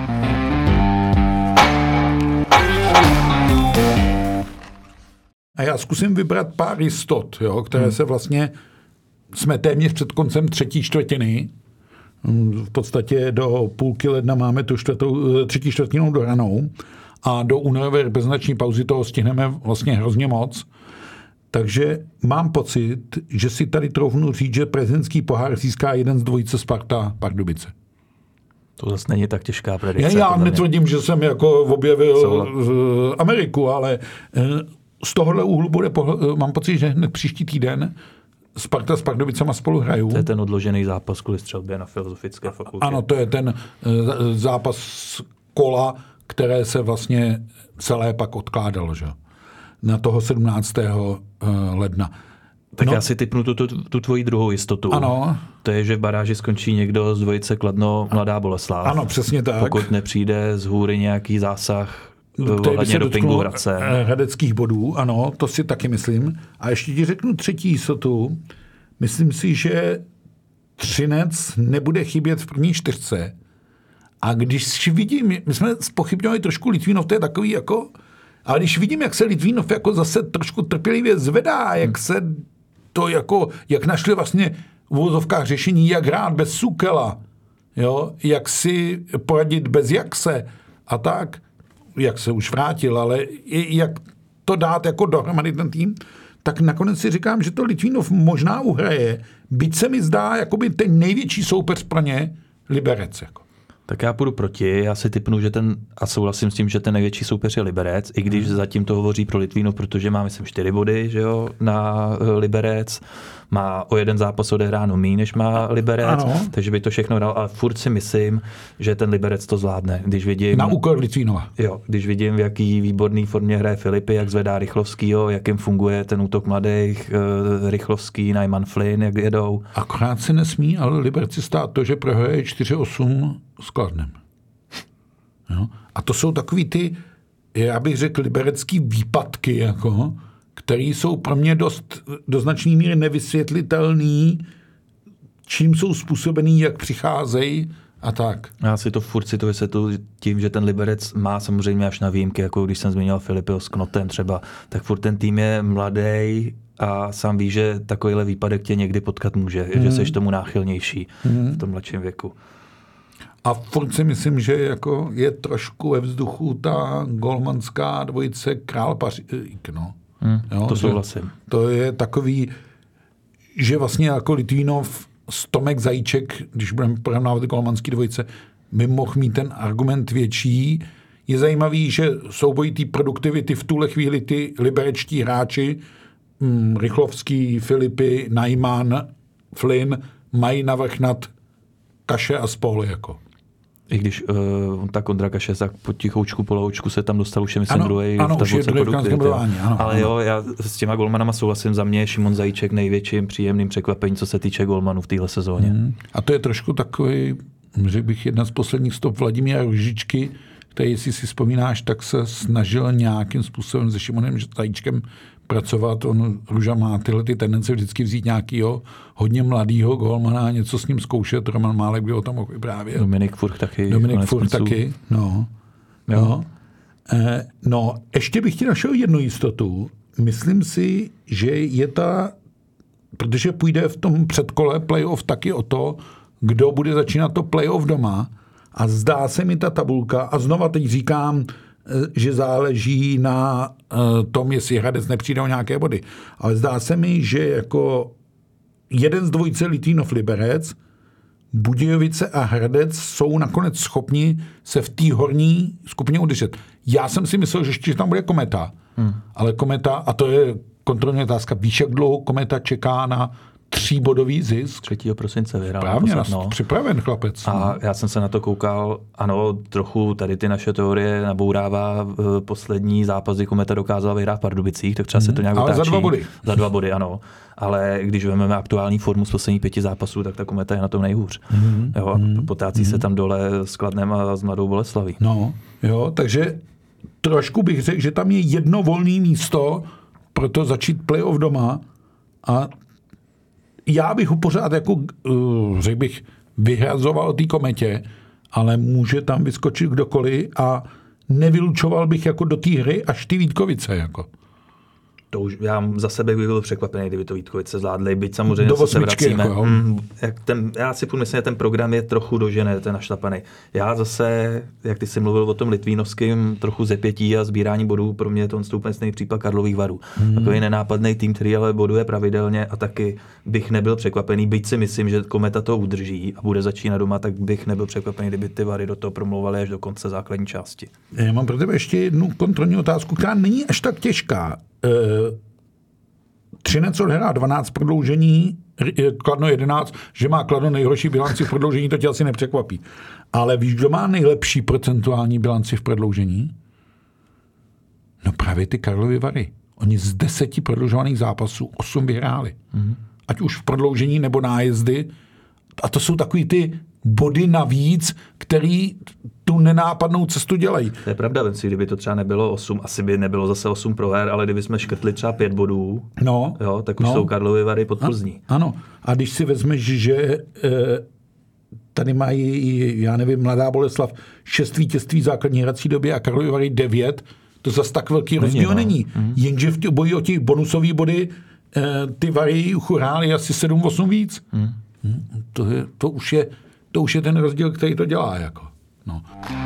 A já zkusím vybrat pár jistot, jo, které hmm. se vlastně, jsme téměř před koncem třetí čtvrtiny. V podstatě do půlky ledna máme tu čtvrtou, třetí čtvrtinu dohranou a do únorové reprezentační pauzy toho stihneme vlastně hrozně moc. Takže mám pocit, že si tady troufnu říct, že prezidentský pohár získá jeden z dvojice Sparta Pardubice. To zase není tak těžká predikce. Já, já netvrdím, že jsem jako objevil Souhlas. Ameriku, ale z tohohle úhlu bude, mám pocit, že hned příští týden Sparta s Pardubicama spolu hrajou. To je ten odložený zápas kvůli střelbě na Filozofické fakultě. Ano, to je ten zápas kola, které se vlastně celé pak odkládalo. Že? na toho sedmnáctého ledna. Tak no, já si tipnu tu, tu, tu tvoji druhou jistotu. Ano. To je, že v baráži skončí někdo z dvojice Kladno Mladá Boleslav. Ano, přesně tak. Pokud nepřijde z hůry nějaký zásah ohledně dopingu Hradce. Hradeckých bodů, ano, to si taky myslím. A ještě ti řeknu třetí jistotu. Myslím si, že Třinec nebude chybět v první čtyřce. A když vidím, my jsme zpochybňovali trošku Litvínov, to je takový jako, ale když vidím, jak se Litvínov jako zase trošku trpělivě zvedá, jak se to jako, jak našli vlastně v uvozovkách řešení, jak hrát bez Sukela, jo, jak si poradit bez Jakse a tak, jak se už vrátil, ale jak to dát jako dohromady ten tým, tak nakonec si říkám, že to Litvínov možná uhraje, byť se mi zdá jakoby ten největší soupeř pro ně Liberec. Jako. Tak já půjdu proti, já si tipnu, že ten, a souhlasím s tím, že ten největší soupeř je Liberec, i když hmm. zatím to hovoří pro Litvínov, protože má, myslím, čtyři body, že jo, na Liberec, má o jeden zápas odehráno míň, než má Liberec, ano. Takže by to všechno dal, ale furt si myslím, že ten Liberec to zvládne. Když vidím, na úkor Litvínova. Jo, když vidím, v jaký výborný formě hraje Filipy, jak zvedá Rychlovskýho, jakým funguje ten útok mladých, Rychlovský, Najman, Flynn, jak jedou. Akorát se nesmí, ale Liberci stát to, že prohraje čtyři osm s Kladnem. Jo? A to jsou takový ty, já bych řekl, liberecký výpadky, jako, které jsou pro mě dost do značné míry nevysvětlitelný, čím jsou způsobený, jak přicházejí a tak. Já si to furt si to vysvětluji tím, že ten Liberec má samozřejmě až na výjimky, jako když jsem zmínil Filipyho s Knotem třeba, tak furt ten tým je mladý a sám ví, že takovýhle výpadek tě někdy potkat může, mm. že seš tomu náchylnější mm. v tom mladším věku. A furt si myslím, že jako je trošku ve vzduchu ta golmanská dvojice Král Pařík, no. Hmm, jo, to souhlasím. To je takový, že vlastně jako Litvínov, Stomek, Zajíček, když budeme porovnávat golmanský dvojice, by mohl mít ten argument větší. Je zajímavý, že soubojí té produktivity v tuhle chvíli ty liberečtí hráči, hm, Rychlovský, Filipy, Najman, Flynn, mají navrch nad Kaše a spolu jako. I když uh, ta Kondra Kaše tak po tichoučku, poloučku se tam dostal, už je myslím druhý v tabulce produktivity. Ale ano. Jo, já s těma golmanama souhlasím, za mě Šimon Zajíček největším příjemným překvapením, co se týče golmanů v téhle sezóně. Hmm. A to je trošku takový, řekl bych, jedna z posledních stop Vladimíra Ružičky, který, jestli si vzpomínáš, tak se snažil nějakým způsobem se Šimonem Zajíčkem pracovat. On, Ruža má tyhle ty tendence vždycky vzít nějakýho hodně mladýho golmana a něco s ním zkoušet. Roman Málek by o tom mohl vyprávět. Dominik Furch taky. Dominik Furch taky, no. No. Eh, no, ještě bych ti našel jednu jistotu. Myslím si, že je ta, protože půjde v tom předkole playoff taky o to, kdo bude začínat to playoff doma a zdá se mi ta tabulka, a znova teď říkám, že záleží na tom, jestli Hradec nepřijde o nějaké body. Ale zdá se mi, že jako jeden z dvojice Litvínov Liberec, Budějovice a Hradec jsou nakonec schopni se v té horní skupině udržet. Já jsem si myslel, že ještě tam bude Kometa. Hmm. Ale Kometa, a to je kontrolní otázka, víš, jak dlouho Kometa čeká na tříbodový zisk? třetího prosince vyhrál. Právně, no. Připraven chlapec. A no. Já jsem se na to koukal, ano, trochu tady ty naše teorie nabourává poslední zápas, kdy Kometa dokázala vyhrát v Pardubicích, tak třeba mm. se to nějak Ale otáčí. za dva body. Za dva body, ano. Ale když vezmeme aktuální formu z posledních pěti zápasů, tak ta Kometa je na tom nejhůř. Mm. Jo, mm. Potácí mm. se tam dole s Kladnem a s Mladou Boleslaví. No, jo, takže trošku bych řekl, že tam je jedno volné místo pro to začít playoff doma a já bych ho pořád jako, řekl bych, vyhrazoval té Kometě, ale může tam vyskočit kdokoliv a nevylučoval bych jako do té hry až ty Vítkovice. Jako. To už, já za sebe bych byl překvapený, kdyby to Vítkovice zvládli, byť samozřejmě se vracíme. Jako, mm, jak ten, já si myslím, že ten program je trochu dožené, ten našlapaný. Já zase, jak ty jsi mluvil o tom litvínovském trochu zepětí a sbírání bodů, pro mě je to stoupenství případ Karlových Varů. Mm. Takový nenápadný tým, který ale boduje pravidelně a taky bych nebyl překvapený, byť si myslím, že Kometa to udrží a bude začínat doma, tak bych nebyl překvapený, kdyby ty Vary do toho promlouvaly až do konce základní části. Já mám pro tebe ještě jednu kontrolní otázku, která není až tak těžká. Třinec odhrá dvanáct prodloužení, Kladno jedenáct, že má Kladno nejhorší bilanci v prodloužení, to tě asi nepřekvapí. Ale víš, kdo má nejlepší procentuální bilanci v prodloužení? No právě ty Karlovy Vary. Oni z deseti prodlužovaných zápasů osm vyhráli. Mm. Ať už v prodloužení nebo nájezdy. A to jsou takový ty body navíc, který tu nenápadnou cestu dělají. To je pravda, vem si, kdyby to třeba nebylo osm, asi by nebylo zase osm proher, ale kdyby jsme škrtli třeba pět bodů, no, jo, tak už no. jsou Karlovy Vary pod Plzní. A, ano. A když si vezmeš, že e, tady mají, já nevím, Mladá Boleslav šest vítězství v základní hrací době a Karlovy Vary devět, to zase tak velký rozdíl no. není. Mm. Jenže v boji o těch bonusový body e, ty Vary hrály asi sedm osm víc. Mm. To, je, to, už je, to už je ten rozdíl, který to dělá. Jako. No.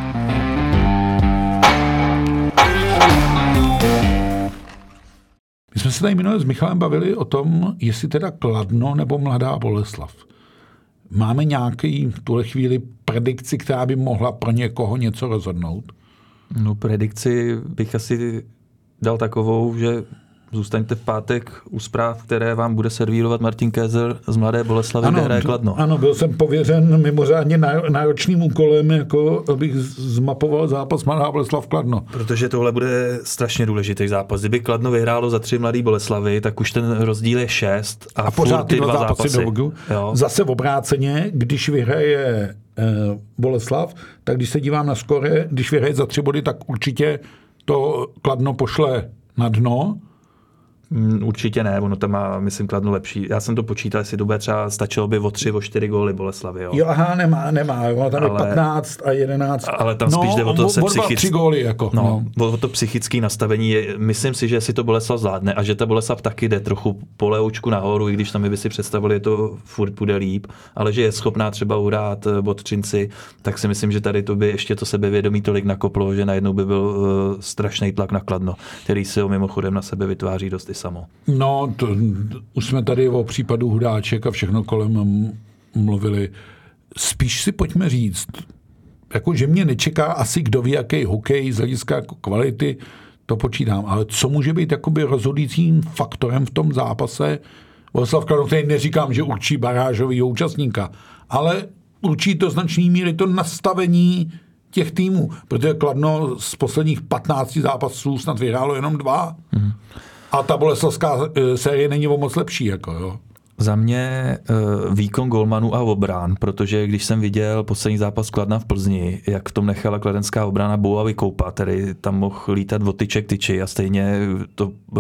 My jsme se tady minule s Michalem bavili o tom, jestli teda Kladno nebo Mladá Boleslav. Máme nějaký v tuhle chvíli predikci, která by mohla pro někoho něco rozhodnout? No predikci bych asi dal takovou, že zůstaňte v pátek u zpráv, které vám bude servírovat Martin Kézer z Mladé Boleslavy, kde hraje Kladno. Ano, byl jsem pověřen mimořádně náročným úkolem, jako abych zmapoval zápas Mladá Boleslav Kladno. Protože tohle bude strašně důležitý zápas. Kdyby Kladno vyhrálo za tři Mladý Boleslavy, tak už ten rozdíl je šest a, a pořád ty dva, dva zápasy. zápasy. Zase v obráceně, když vyhraje eh, Boleslav, tak když se dívám na skore, když vyhraje za tři body, tak určitě to Kladno pošle na dno. Určitě ne, ono tam má, myslím, Kladno lepší. Já jsem to počítal, jestli to bude třeba stačilo by o tři, o čtyři góly Boleslavy. Jo, jo aha, nemá, nemá. Ono tam ale, je patnáct a jedenáct. Ale tam spíš no, jde o to se psychicky. góly jako. No, no. O to psychické nastavení. Je, myslím si, že si to Boleslav zvládne a že ta Boleslav taky jde trochu po léoučku nahoru, i když tam by si představili, je to furt půjde líp, ale že je schopná třeba uhrát bod Třinci, tak si myslím, že tady to by ještě to sebevědomí tolik nakoplo, že najednou by byl uh, strašný tlak na Kladno, který si ho mimochodem na sebe vytváří dost i samo. No, to, už jsme tady o případu Hudáček a všechno kolem mluvili. Spíš si pojďme říct, jako, že mě nečeká asi kdo ví, jaký hokej z hlediska jako kvality, to počítám, ale co může být jakoby rozhodujícím faktorem v tom zápase? Boleslav Kladno, který neříkám, že určí barážovýho účastníka, ale určí to značný míry to nastavení těch týmů, protože Kladno z posledních patnácti zápasů snad vyhrálo jenom dva. Mm. A ta boleslavská série není o moc lepší. Jako, jo. Za mě uh, výkon golmanů a obrán, protože když jsem viděl poslední zápas Kladna v Plzni, jak v tom nechala kladenská obrana Boua vykoupat, tedy tam mohl lítat od tyče k tyči a stejně to uh,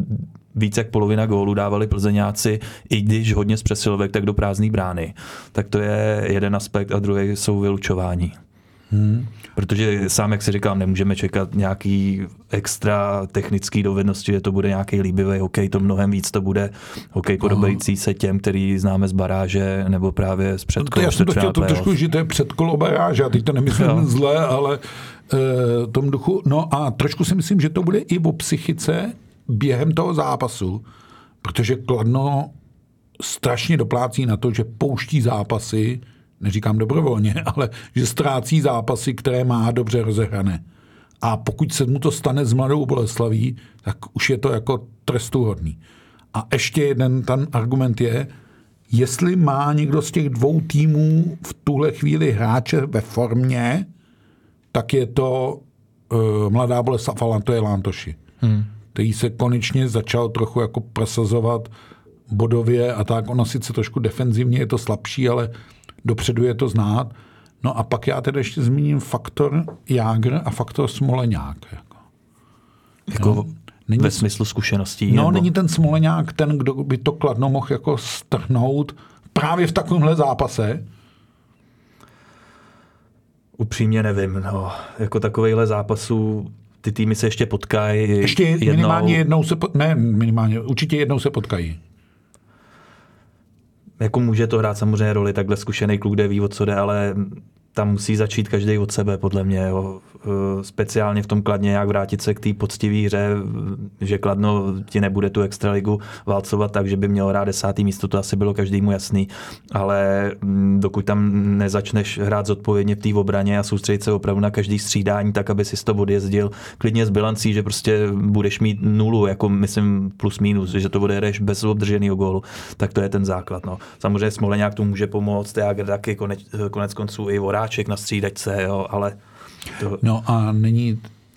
více jak polovina gólů dávali plzeňáci, i když hodně z přesilovek, tak do prázdné brány. Tak to je jeden aspekt a druhý jsou vylučování. Hmm. Protože sám, jak si říkám, nemůžeme čekat nějaký extra technický dovednosti, že to bude nějaký líbivý hokej, to mnohem víc to bude hokej podobající se těm, který známe z baráže nebo právě z předkolo. Já jsem to chtěl to trošku, že to je předkolo baráže, a teď to nemyslím jo. zle, ale uh, tom duchu. No a trošku si myslím, že to bude i o psychice během toho zápasu, protože Kladno strašně doplácí na to, že pouští zápasy, neříkám dobrovolně, ale že ztrácí zápasy, které má dobře rozehrané. A pokud se mu to stane s Mladou Boleslaví, tak už je to jako trestuhodný. A ještě jeden ten argument je, jestli má někdo z těch dvou týmů v tuhle chvíli hráče ve formě, tak je to uh, Mladá Boleslav a to je Lantoši. Hmm. Který se konečně začal trochu jako prosazovat bodově a tak. Ono sice trošku defenzivně je to slabší, ale dopředu je to znát. No a pak já tedy ještě zmíním faktor Jágr a faktor Smoleňák. Jako, jako no, není, ve smyslu zkušeností? No, nebo? Není ten Smoleňák ten, kdo by to Kladno mohl jako strhnout právě v takovémhle zápase? Upřímně nevím. No. Jako takovejhle zápasů ty týmy se ještě potkají. Ještě jednou... minimálně jednou se potkají. Ne, minimálně, určitě jednou se potkají. Jako může to hrát samozřejmě roli, takhle zkušený kluk, kde ví, o co jde, ale tam musí začít každý od sebe, podle mě. Jo. Speciálně v tom Kladně nějak vrátit se k té poctivé hře, že Kladno ti nebude tu extraligu válcovat tak, že by mělo hrát desátý místo, to asi bylo každému jasný, ale dokud tam nezačneš hrát zodpovědně v té obraně a soustředit se opravdu na každý střídání, tak aby si to odjezdil klidně s bilancí, že prostě budeš mít nulu, jako myslím plus minus, že to bude jdeš bez obdrženého gólu, tak to je ten základ. No. Samozřejmě Smoleňák tu může pomoct, Jágr taky konec, konec konců i Voráček na střídačce, jo, ale... To... No a není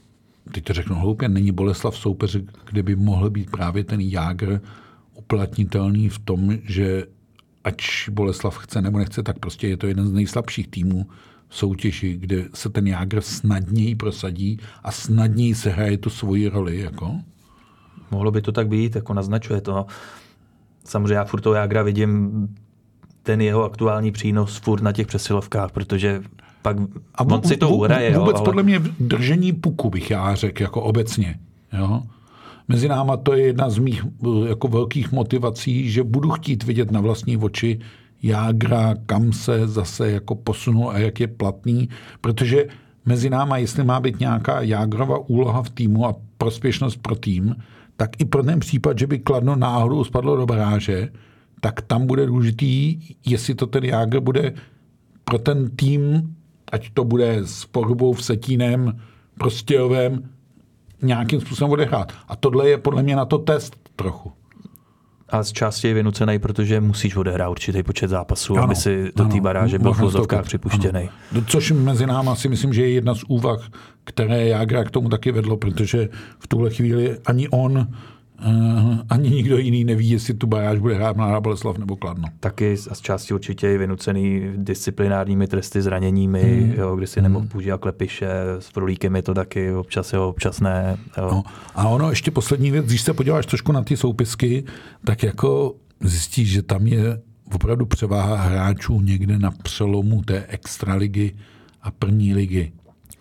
teď to řeknu hloupě, není Boleslav soupeř, kde by mohl být právě ten Jágr uplatnitelný v tom, že ať Boleslav chce nebo nechce, tak prostě je to jeden z nejslabších týmů v soutěži, kde se ten Jágr snadněji prosadí a snadněji se hraje tu svoji roli. Jako? Mohlo by to tak být, jako naznačuje to. Samozřejmě já furt toho Jágra vidím ten jeho aktuální přínos furt na těch přesilovkách, protože pak a on si to uhraje. Vůbec jo, ale... podle mě držení puku bych já řekl, jako obecně. Jo? Mezi náma to je jedna z mých jako velkých motivací, že budu chtít vidět na vlastní oči Jágra, kam se zase jako posunul a jak je platný, protože mezi náma, jestli má být nějaká Jágrova úloha v týmu a prospěšnost pro tým, tak i pro ten případ, že by Kladno náhodou spadlo do baráže, tak tam bude důležitý, jestli to ten Jágr bude pro ten tým, ať to bude s Porubou, Vsetínem, Prostějovem, nějakým způsobem odehrát. A tohle je podle mě na to test trochu. A z části je vynucený, protože musíš odehrát určitý počet zápasů, ano, aby si do té baráže byl v vozovkách připuštěný. Což mezi náma si myslím, že je jedna z úvah, které Jágra k tomu taky vedlo, protože v tuhle chvíli ani on, Uh, ani nikdo jiný neví, jestli tu baráž bude hrát Mladá Boleslav nebo Kladno. Taky a z části určitě je vynucený disciplinárními tresty, zraněními, hmm. jo, kdy si nemohl používat Klepiše, s Frolíkem je to taky občas, jo, občas ne. Jo. No, a ono ještě poslední věc, když se podíváš trošku na ty soupisky, tak jako zjistíš, že tam je opravdu převáha hráčů někde na přelomu té extraligy a první ligy.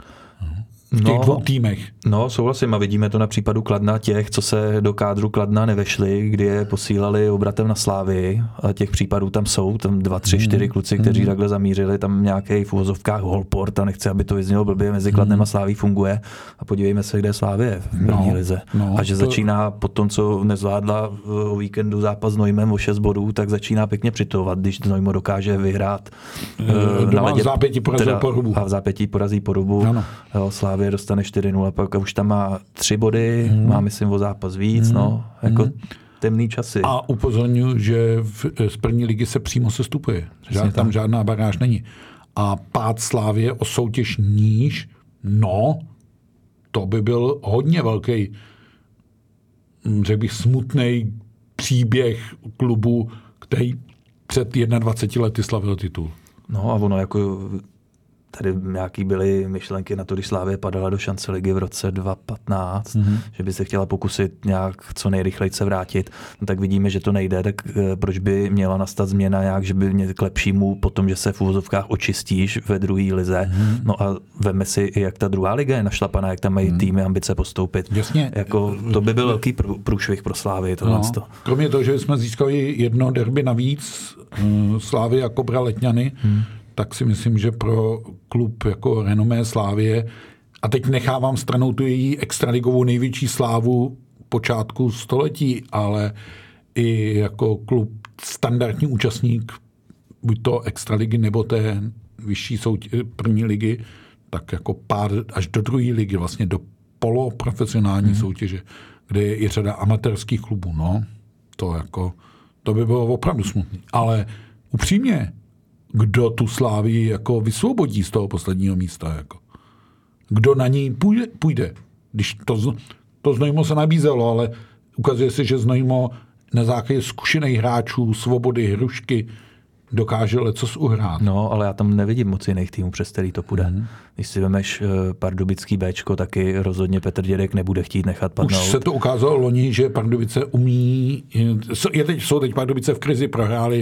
V těch no, dvou týmech. No, souhlasím a vidíme to na případu Kladna těch, co se do kádru Kladna nevešli, kdy je posílali obratem na Slávii. A těch případů tam jsou, tam dva, tři, čtyři kluci, kteří mm. takhle zamířili, tam nějaký v uvozovkách holport a nechci, aby to vyznělo blbě, mezi Kladnem a Sláví funguje. A podívejme se, kde je Slávie v první no, lize. No, a že to... začíná po tom, co nezvládla o víkendu zápas s Nojmem o šest bodů, tak začíná pěkně přitovat, když Nojmo dokáže vyhrát. Uh, na ledě, v zápětí porazí teda, Porubu. A v zápětí porazí Porubu. Jo, Slávie dostane čtyři nula, pak už tam má tři body, hmm. má myslím o zápas víc, hmm. no, jako hmm. temný časy. A upozorňuji, že v, z první ligy se přímo sestupuje. Žád, tam žádná baráž není. A pád Slávie o soutěž níž, no, to by byl hodně velký, řekl bych, smutný příběh klubu, který před dvaceti jedna lety slavil titul. No a ono jako tady nějaký byly myšlenky na to, když Slávie padala do šance ligy v roce dva tisíce patnáct, mm-hmm. že by se chtěla pokusit nějak co nejrychleji se vrátit. No, tak vidíme, že to nejde, tak proč by měla nastat změna nějak, že by mě k lepšímu potom, že se v uvozovkách očistíš ve druhé lize. Mm-hmm. No a veme si, jak ta druhá liga je našlapaná, jak tam mají mm-hmm. týmy ambice postoupit. Jasně. Jako, to by byl velký průšvih pro Slávii. No, kromě toho, že jsme získali jedno derby navíc, Slávy a Kobra Letňany, mm. tak si myslím, že pro klub jako renomé Slávie, a teď nechávám stranou tu její extraligovou největší slávu počátku století, ale i jako klub standardní účastník buď to extraligy nebo té vyšší soutě- první ligy, tak jako pár až do druhé ligy, vlastně do poloprofesionální hmm. soutěže, kde je i řada amatérských klubů. No, to jako, to by bylo opravdu smutné. Ale upřímně, kdo tu Slávii jako vysvobodí z toho posledního místa? Jako? Kdo na ní půjde? půjde? Když to, to Znojmo se nabízelo, ale ukazuje se, že Znojmo na základě zkušených hráčů, Svobody, Hrušky dokáže lecos uhrát. No, ale já tam nevidím moc jiných týmů, přes který to půjde. Mm. Když si vemeš uh, Pardubický Béčko, taky rozhodně Petr Dědek nebude chtít nechat padnout. Už se to ukázalo loni, že Pardubice umí, je teď, jsou teď Pardubice v krizi, prohráli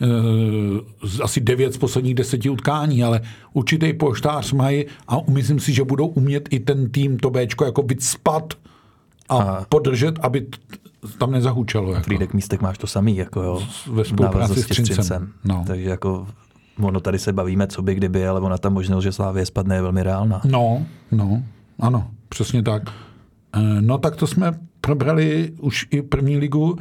uh, asi devět z posledních deseti utkání, ale určitý polštář mají a myslím si, že budou umět i ten tým, to Béčko, jako vycpat a, a podržet, aby tam nezahučalo. Jako. Frýdek Místek máš to samý, jako jo. Ve spolupráci s Třincem. No. Takže jako ono tady se bavíme, co by kdyby, ale ona ta možnost, že Slávie spadne, je velmi reálná. No, no, ano, přesně tak. No tak to jsme probrali už i první ligu.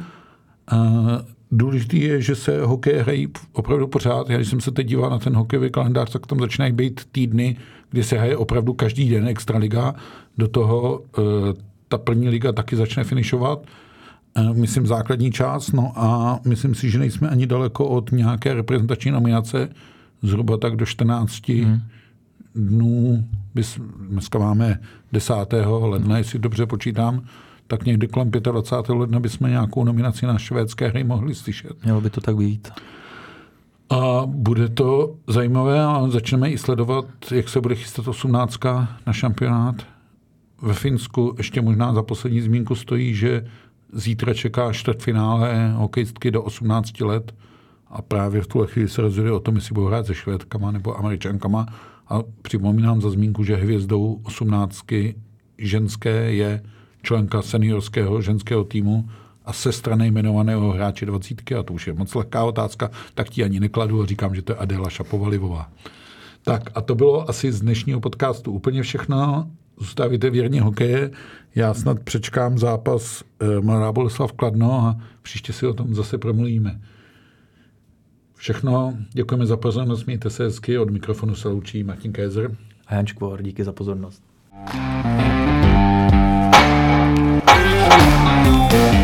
Důležité je, že se hokej hrají opravdu pořád. Já když jsem se teď díval na ten hokejový kalendář, tak tam začínají být týdny, kdy se hraje opravdu každý den extraliga. Do toho ta první liga taky začne finišovat. Myslím základní část, no a myslím si, že nejsme ani daleko od nějaké reprezentační nominace, zhruba tak do čtrnácti, hmm. dnů, bys, dneska máme desátého ledna, jestli dobře počítám, tak někdy kolem dvacátého pátého ledna bychom nějakou nominaci na švédské hry mohli slyšet. Mělo by to tak být. A bude to zajímavé a začneme i sledovat, jak se bude chystat osmnáctka na šampionát. Ve Finsku ještě možná za poslední zmínku stojí, že zítra čeká čtvrtfinále hokejistky do osmnácti let a právě v tuhle chvíli se rozhoduje o tom, jestli budou hrát se Švédkama nebo Američankama. A připomínám za zmínku, že hvězdou osmnáctky ženské je členka seniorského ženského týmu a se strany jmenovaného hráče dvacítky, a to už je moc lehká otázka, tak ti ani nekladu a říkám, že to je Adéla Šapovalivová. Tak a to bylo asi z dnešního podcastu úplně všechno. Zůstávajte věrně hokeje. Já snad přečkám zápas eh, Mladá Boleslav Kladno a příště si o tom zase promluvíme. Všechno. Děkujeme za pozornost. Mějte se hezky. Od mikrofonu se loučí Martin Kézer. A Jan Škvor, díky za pozornost.